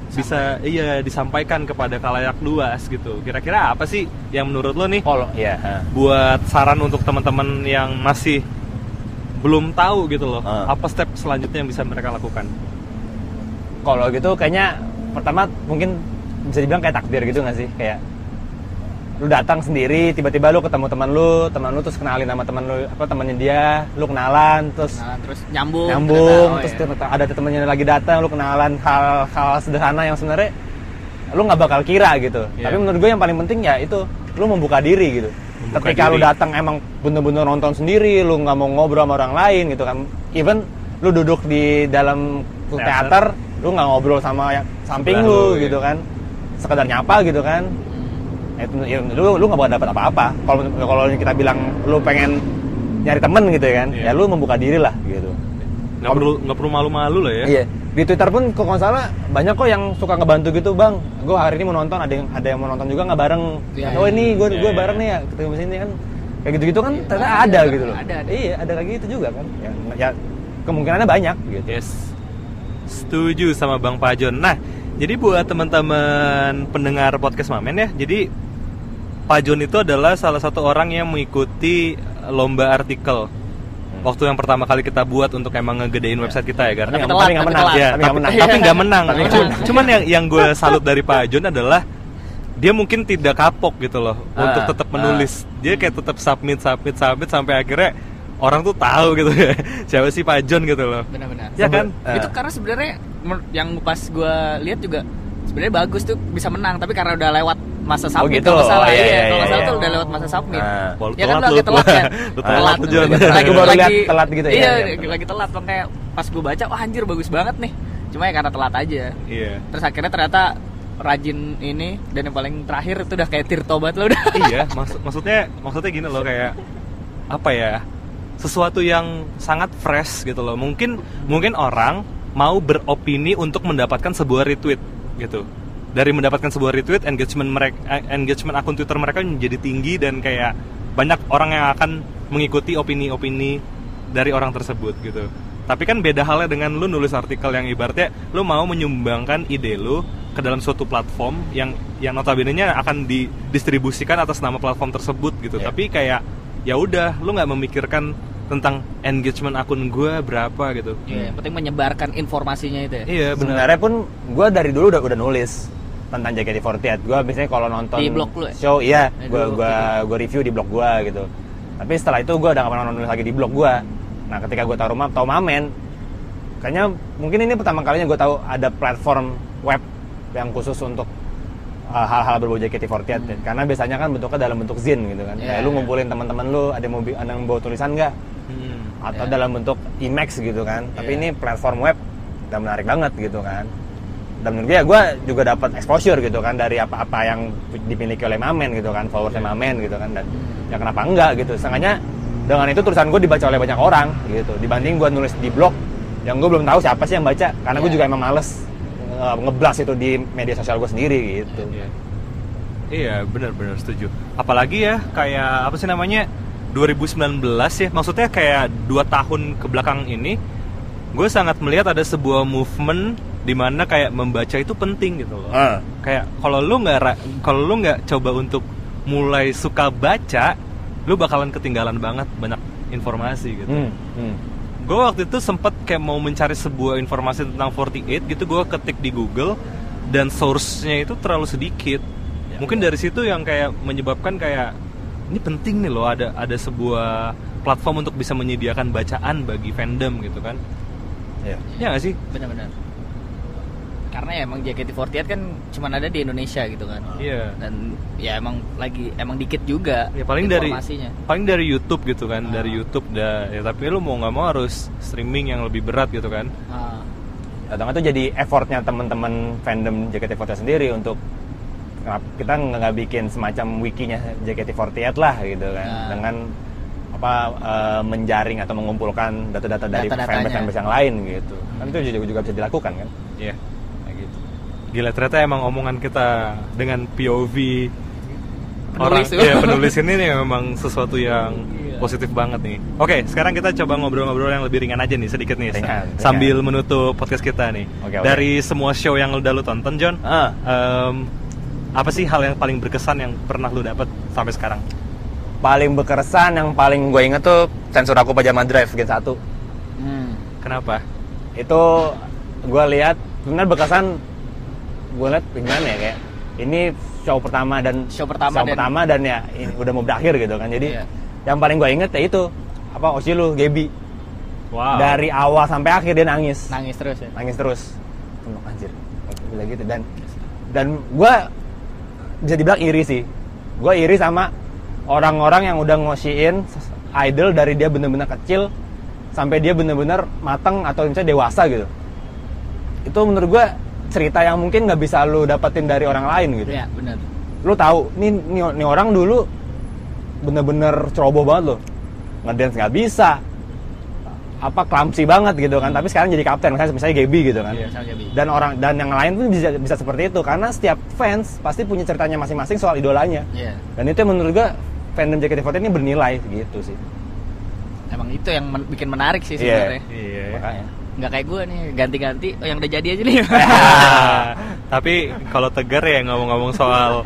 B: bisa disampaikan kepada khalayak luas gitu. Kira-kira apa sih yang menurut lo nih buat saran untuk teman-teman yang masih belum tahu gitu loh, apa step selanjutnya yang bisa mereka lakukan?
D: Kalau gitu kayaknya pertama mungkin bisa dibilang kayak takdir gitu nggak sih, kayak lu datang sendiri, tiba-tiba lu ketemu teman lu terus kenalin sama teman lu, temannya dia, lu kenalan terus nyambung terus ada temennya lagi datang, lu kenalan hal sederhana yang sebenarnya lu nggak bakal kira gitu. Tapi menurut gue yang paling penting ya itu lu membuka diri gitu. Ketika lu datang emang bener-bener nonton sendiri, lu nggak mau ngobrol sama orang lain gitu kan, even lu duduk di dalam teater, lu nggak ngobrol sama samping lu gitu kan, sekedar nyapa gitu kan. Lu nggak bakal dapat apa-apa. Kalau kita bilang lu pengen nyari temen gitu ya kan, ya lu membuka diri lah gitu.
B: Nggak perlu malu-malu lah ya.
D: Iya. Di Twitter pun kalau nggak salah banyak kok yang suka ngebantu gitu, bang. Gue hari ini mau nonton, ada yang mau nonton juga nggak bareng. Ini gue bareng nih ya, ketemu sini kan. Kayak gitu-gitu kan ternyata ada gitu loh. Iya, ada kayak gitu juga kan. Ya kemungkinannya banyak gitu.
B: Yes. Setuju sama Bang Pajon. Nah, jadi buat teman-teman pendengar podcast Mamen ya, jadi Pajon itu adalah salah satu orang yang mengikuti lomba artikel. Waktu yang pertama kali kita buat untuk emang ngegedein website kita ya, karena
D: tapi nggak menang.
B: Cuman yang gue salut dari Pajon adalah dia mungkin tidak kapok gitu loh untuk tetap menulis. Dia kayak tetap submit sampai akhirnya orang tuh tahu gitu ya siapa sih Pajon gitu loh.
C: Benar-benar.
B: Ya kan?
C: Itu karena sebenarnya yang pas gue lihat juga sebenarnya bagus tuh bisa menang, tapi karena udah lewat masa submit
D: gitu.
C: Kalau salah tuh udah lewat masa submit. Ya kan udah telat kan.
D: Telat gitu ya.
C: Iya, lagi telat, makanya pas gue baca wah anjir bagus banget nih. Cuma ya karena telat aja.
B: Iya.
C: Terus akhirnya ternyata rajin ini, dan yang paling terakhir itu udah kayak tirtobat lo udah.
B: Iya, maksudnya gini loh, kayak apa ya? Sesuatu yang sangat fresh gitu loh. Mungkin orang mau beropini untuk mendapatkan sebuah retweet gitu. Dari mendapatkan sebuah retweet, engagement akun Twitter mereka menjadi tinggi dan kayak banyak orang yang akan mengikuti opini-opini dari orang tersebut gitu. Tapi kan beda halnya dengan lu nulis artikel yang ibaratnya lu mau menyumbangkan ide lu ke dalam suatu platform yang notabene-nya akan didistribusikan atas nama platform tersebut gitu. Tapi kayak ya udah, lu nggak memikirkan tentang engagement akun gue berapa gitu.
C: Yang penting menyebarkan informasinya itu ya.
B: Iya, benar.
D: Sebenarnya pun gue dari dulu udah nulis tentang JKT48. Gue biasanya kalau nonton
C: di blog lu ya?
D: Show, gue review di blog gue gitu. Tapi setelah itu gue udah gak pernah nulis lagi di blog gue. Nah, ketika gue tahu Mamen, kayaknya mungkin ini pertama kalinya gue tahu ada platform web yang khusus untuk hal-hal berbau JKT48. Karena biasanya kan bentuknya dalam bentuk zine gitu kan. Kayak lu ngumpulin teman-teman lu, ada yang bawa tulisan nggak? Atau dalam bentuk IMAX gitu kan. Tapi ini platform web udah menarik banget gitu kan. Dan menurut gue juga dapat exposure gitu kan dari apa-apa yang dimiliki oleh Mamen gitu kan, followersnya Mamen gitu kan. Dan ya kenapa enggak gitu. Setengahnya dengan itu tulisan gue dibaca oleh banyak orang gitu, dibanding gue nulis di blog yang gue belum tahu siapa sih yang baca. Karena gue juga emang males ngeblas itu di media sosial gue sendiri gitu.
B: Iya, benar setuju. Apalagi ya kayak apa sih namanya 2019 ya, maksudnya kayak 2 tahun ke belakang ini gue sangat melihat ada sebuah movement di mana kayak membaca itu penting gitu loh. Kayak kalau lu nggak coba untuk mulai suka baca, lu bakalan ketinggalan banget banyak informasi gitu. Gue waktu itu sempet kayak mau mencari sebuah informasi tentang 48 gitu, gue ketik di Google dan source-nya itu terlalu sedikit. Mungkin dari situ yang kayak menyebabkan kayak ini penting nih loh ada sebuah platform untuk bisa menyediakan bacaan bagi fandom gitu kan. Iya nggak sih?
C: Benar-benar. Karena ya emang JKT48 kan cuma ada di Indonesia gitu kan.
B: Iya.
C: Dan ya emang dikit juga.
B: Ya paling dari YouTube gitu kan, dari YouTube dah. Ya tapi lu mau nggak mau harus streaming yang lebih berat gitu kan.
D: Kadang itu jadi effortnya teman-teman fandom JKT48 sendiri untuk kita nggak bikin semacam wikinya JKT48 lah gitu kan, dengan menjaring atau mengumpulkan data-data dari fanbase yang lain gitu. Kan itu juga bisa dilakukan kan?
B: Iya. Gitu. Gila, ternyata emang omongan kita dengan POV penulis ini nih memang sesuatu yang Positif banget nih. Oke, sekarang kita coba ngobrol-ngobrol yang lebih ringan aja nih, sedikit nih. Sambil menutup podcast kita nih. Dari semua show yang udah lu tonton, John, apa sih hal yang paling berkesan yang pernah lu dapat sampai sekarang?
D: Paling berkesan, yang paling gue inget tuh Sensor Aku Pajama Drive Gen 1.
B: Kenapa?
D: Itu gue lihat, sebenarnya berkesan. Gue lihat gimana ya, kayak ini show pertama dan ya ini udah mau berakhir gitu kan. Jadi yang paling gue inget ya itu Oshilu Gaby.
B: Wow.
D: Dari awal sampai akhir dia nangis terus. Anjir, gila gitu. Dan gue bisa dibilang iri sih. Gue iri sama orang-orang yang udah ngosiin idol dari dia bener-bener kecil sampai dia bener-bener matang atau misalnya dewasa gitu. Itu menurut gue cerita yang mungkin nggak bisa lu dapetin dari orang lain gitu.
C: Iya, benar.
D: Lu tahu, nih orang dulu bener-bener ceroboh banget loh. Ngedance nggak bisa, clumsy banget gitu kan. Tapi sekarang jadi kapten, misalnya Gaby gitu kan.
C: Iya, Gaby.
D: Dan yang lain tuh bisa seperti itu karena setiap fans pasti punya ceritanya masing-masing soal idolanya.
C: Iya.
D: Dan itu yang menurut gua fandom JKT48 ini bernilai gitu sih.
C: Emang itu yang bikin menarik sih sebenarnya.
B: Iya.
D: Makanya.
C: Nggak kayak gue nih, ganti-ganti yang udah jadi aja nih.
B: Tapi kalau Tegar ya ngomong-ngomong soal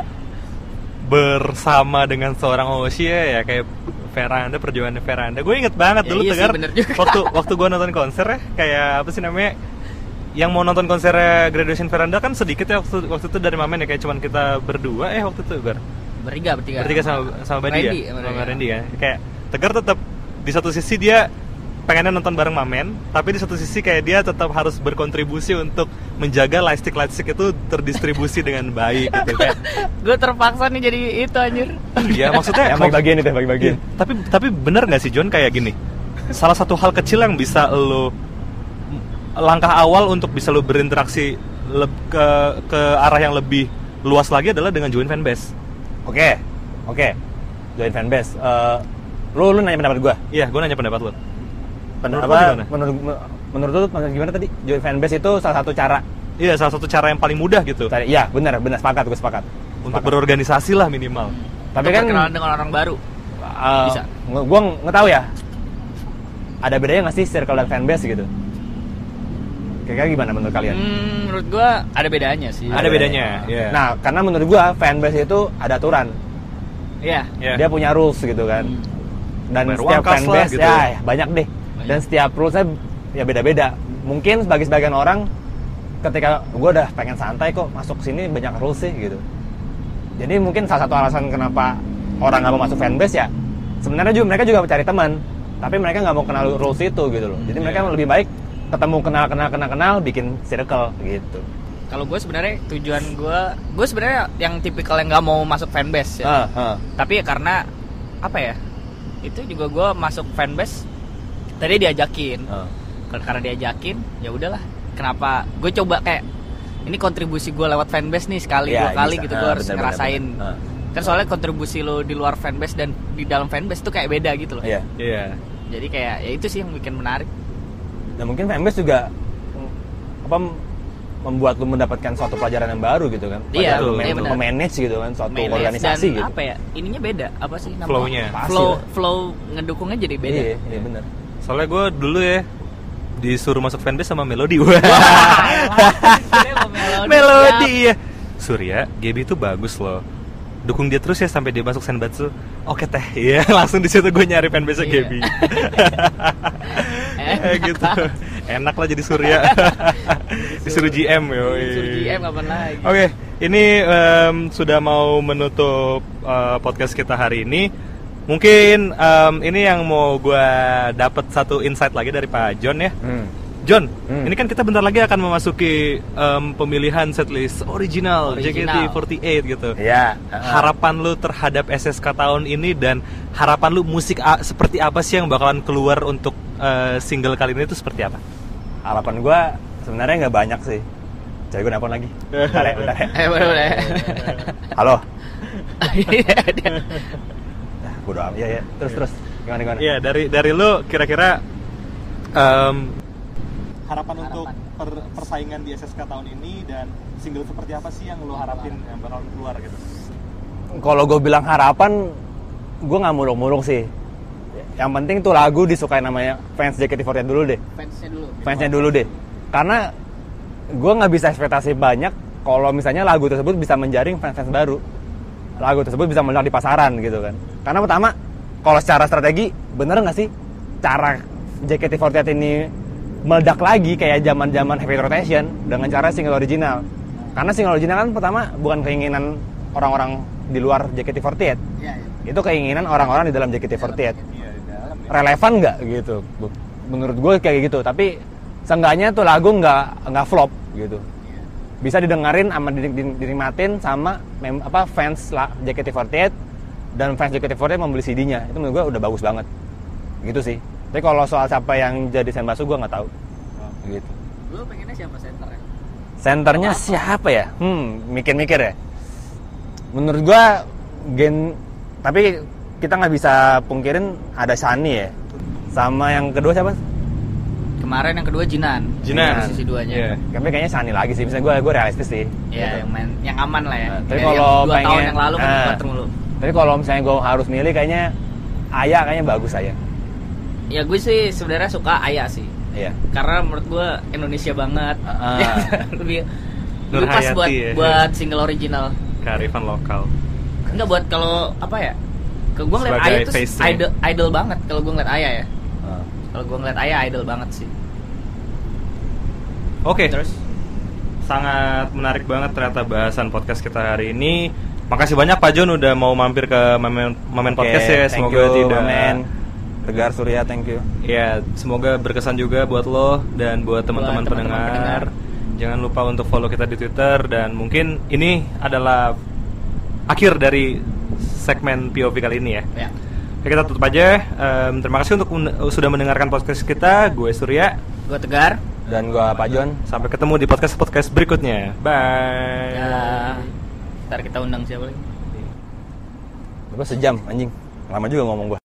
B: bersama dengan seorang Oshi ya kayak Veranda, perjuangan Veranda. Gue inget banget dulu Tegar waktu gue nonton konser ya, kayak apa sih namanya, yang mau nonton konser Graduation Veranda kan sedikit ya waktu itu dari Mamen ya, kayak cuman kita berdua waktu itu bertiga sama Badi ya, sama Randy ya. Kayak Tegar tetap di satu sisi dia pengennya nonton bareng Mamen, tapi di satu sisi kayak dia tetap harus berkontribusi untuk menjaga lightstick itu terdistribusi dengan baik gitu kayak.
C: Gue terpaksa nih jadi itu anjir.
B: Iya, maksudnya
D: bagi bagian itu bagi bagian.
B: Tapi benar nggak sih John kayak gini? Salah satu hal kecil yang bisa lo langkah awal untuk bisa lo berinteraksi ke arah yang lebih luas lagi adalah dengan join fanbase. Oke.
D: Join fanbase. Lu nanya pendapat gue?
B: Iya, gue nanya pendapat lo.
D: Menurut lu gimana tadi? Join fanbase itu salah satu cara.
B: Iya, salah satu cara yang paling mudah gitu.
D: Iya, benar, gue sepakat.
B: Untuk berorganisasi lah minimal.
C: Tapi kan kenalan dengan orang baru. Bisa.
D: Gue nggak tahu ya. Ada bedanya nggak sih circle dan fanbase gitu? Kira-kira gimana menurut kalian?
C: Menurut gue ada bedanya sih.
B: Ada bedanya. Yeah.
D: Nah, karena menurut gue fanbase itu ada aturan.
C: Iya.
D: Dia punya rules gitu kan. Dan setiap fanbase gitu. Ya banyak deh. Dan setiap rulesnya ya beda-beda. Mungkin bagi sebagian orang ketika gue udah pengen santai kok masuk sini banyak rules sih gitu. Jadi mungkin salah satu alasan kenapa orang nggak mau masuk fanbase ya sebenarnya mereka juga cari teman, tapi mereka nggak mau kenal rules itu gitu loh. Jadi mereka lebih baik ketemu kenal bikin circle gitu.
C: Kalau gue sebenarnya tujuan gue sebenarnya yang tipikal yang nggak mau masuk fanbase ya. Tapi ya karena apa ya, itu juga gue masuk fanbase tadi diajakin. Karena diajakin ya udahlah, kenapa gue coba kayak ini kontribusi gue lewat fanbase nih sekali dua kali gitu, gue harus ngerasain. Kan soalnya kontribusi lo di luar fanbase dan di dalam fanbase tuh kayak beda gitu loh.
B: Iya.
C: Jadi kayak ya itu sih yang bikin menarik.
D: Dan mungkin fanbase juga membuat lu mendapatkan suatu pelajaran yang baru gitu kan.
C: Iya,
D: memanage gitu kan suatu organisasi
C: dan
D: gitu.
C: apa ya? Ininya beda, apa sih namanya?
B: Flow-nya.
C: Flow ngedukungnya jadi beda.
D: Iya benar.
B: Soalnya gue dulu ya disuruh masuk fanbase sama Melody. Melody ya. Surya, Gaby itu bagus loh. Dukung dia terus ya sampai dia masuk Senbatsu. Oke teh, iya langsung di situ gue nyari fanbase Gaby. Gitu. Enak lah jadi Surya. Disuruh GM yo.
C: Disuruh GM kapan lagi?
B: Oke, ini sudah mau menutup podcast kita hari ini. Mungkin ini yang mau gue dapat satu insight lagi dari Pak John ya. John, ini kan kita bentar lagi akan memasuki pemilihan setlist original JKT48 gitu.
D: Iya.
B: Harapan lu terhadap SSK tahun ini dan harapan lu musik seperti apa sih yang bakalan keluar untuk single kali ini itu seperti apa? Harapan
D: gue sebenarnya nggak banyak sih. Jadi gue nelfon lagi. Bentar ya.
C: Boleh.
D: Halo. Bodo amat ya. Terus gimana?
B: Iya, dari lu kira-kira harapan untuk persaingan di SSK tahun ini dan single seperti apa sih yang lu harapin yang bakal keluar gitu?
D: Kalau gue bilang harapan, gue nggak muluk-muluk sih. yang penting tuh lagu disukai namanya fans JKT48 dulu deh. Fansnya dulu deh. Karena gue nggak bisa ekspektasi banyak kalau misalnya lagu tersebut bisa menjaring fans-fans baru. Lagu tersebut bisa meledak di pasaran gitu kan. Karena pertama, kalau secara strategi, bener nggak sih cara JKT48 ini meledak lagi kayak zaman-zaman Heavy Rotation dengan cara single original. Karena single original kan pertama bukan keinginan orang-orang di luar JKT48. Ya. Itu keinginan orang-orang di dalam JKT48. Relevan nggak gitu? Menurut gue kayak gitu. Tapi seenggaknya tuh lagu nggak flop gitu. Bisa didengerin sama dinikmatin sama fans JKT48 dan fans JKT48 membeli CD-nya. Itu menurut gue udah bagus banget. Gitu sih. Tapi kalau soal siapa yang jadi senbasu gue nggak tahu. Gitu.
C: Lu pengennya siapa senternya?
D: Senternya siapa ya? Mikir-mikir ya. Menurut gue tapi kita nggak bisa pungkirin ada Shani ya. Sama yang kedua siapa?
C: Kemarin yang kedua Jinan. Sisi duanya.
D: Yeah. Tapi kayaknya Shani lagi sih. Misalnya gue realistis sih.
C: Iya, gitu. yang aman lah ya.
D: Tapi kalau
C: 2 tahun yang lalu kan terlalu.
D: Tapi kalau misalnya gue harus milih kayaknya Aya kayaknya bagus Aya.
C: Ya gue sih sebenarnya suka Aya sih.
D: Iya.
C: Karena menurut gue Indonesia banget. Lebih pas
B: ya.
C: buat single original.
B: Kearifan lokal.
C: Enggak buat kalau apa ya? Kalau gue ngeliat Aya tuh idol banget kalau gue ngeliat Aya ya. Kalau gue ngeliat Aya idol banget sih.
B: Oke. Terus sangat menarik banget ternyata bahasan podcast kita hari ini. Makasih banyak Pak John udah mau mampir ke Mamen Podcast ya. Semoga tidak
D: Tegar Surya, thank you.
B: Ya, semoga berkesan juga buat lo dan buat teman-teman pendengar. Jangan lupa untuk follow kita di Twitter dan mungkin ini adalah akhir dari segmen POV kali ini ya. Oke, kita tutup aja. Terima kasih untuk sudah mendengarkan podcast kita. Gue Surya,
C: gue Tegar,
D: dan gue Pak John.
B: Sampai ketemu di podcast berikutnya. Bye.
C: Ya. Ntar kita undang siapa lagi?
D: Gue sejam anjing. Lama juga ngomong gue.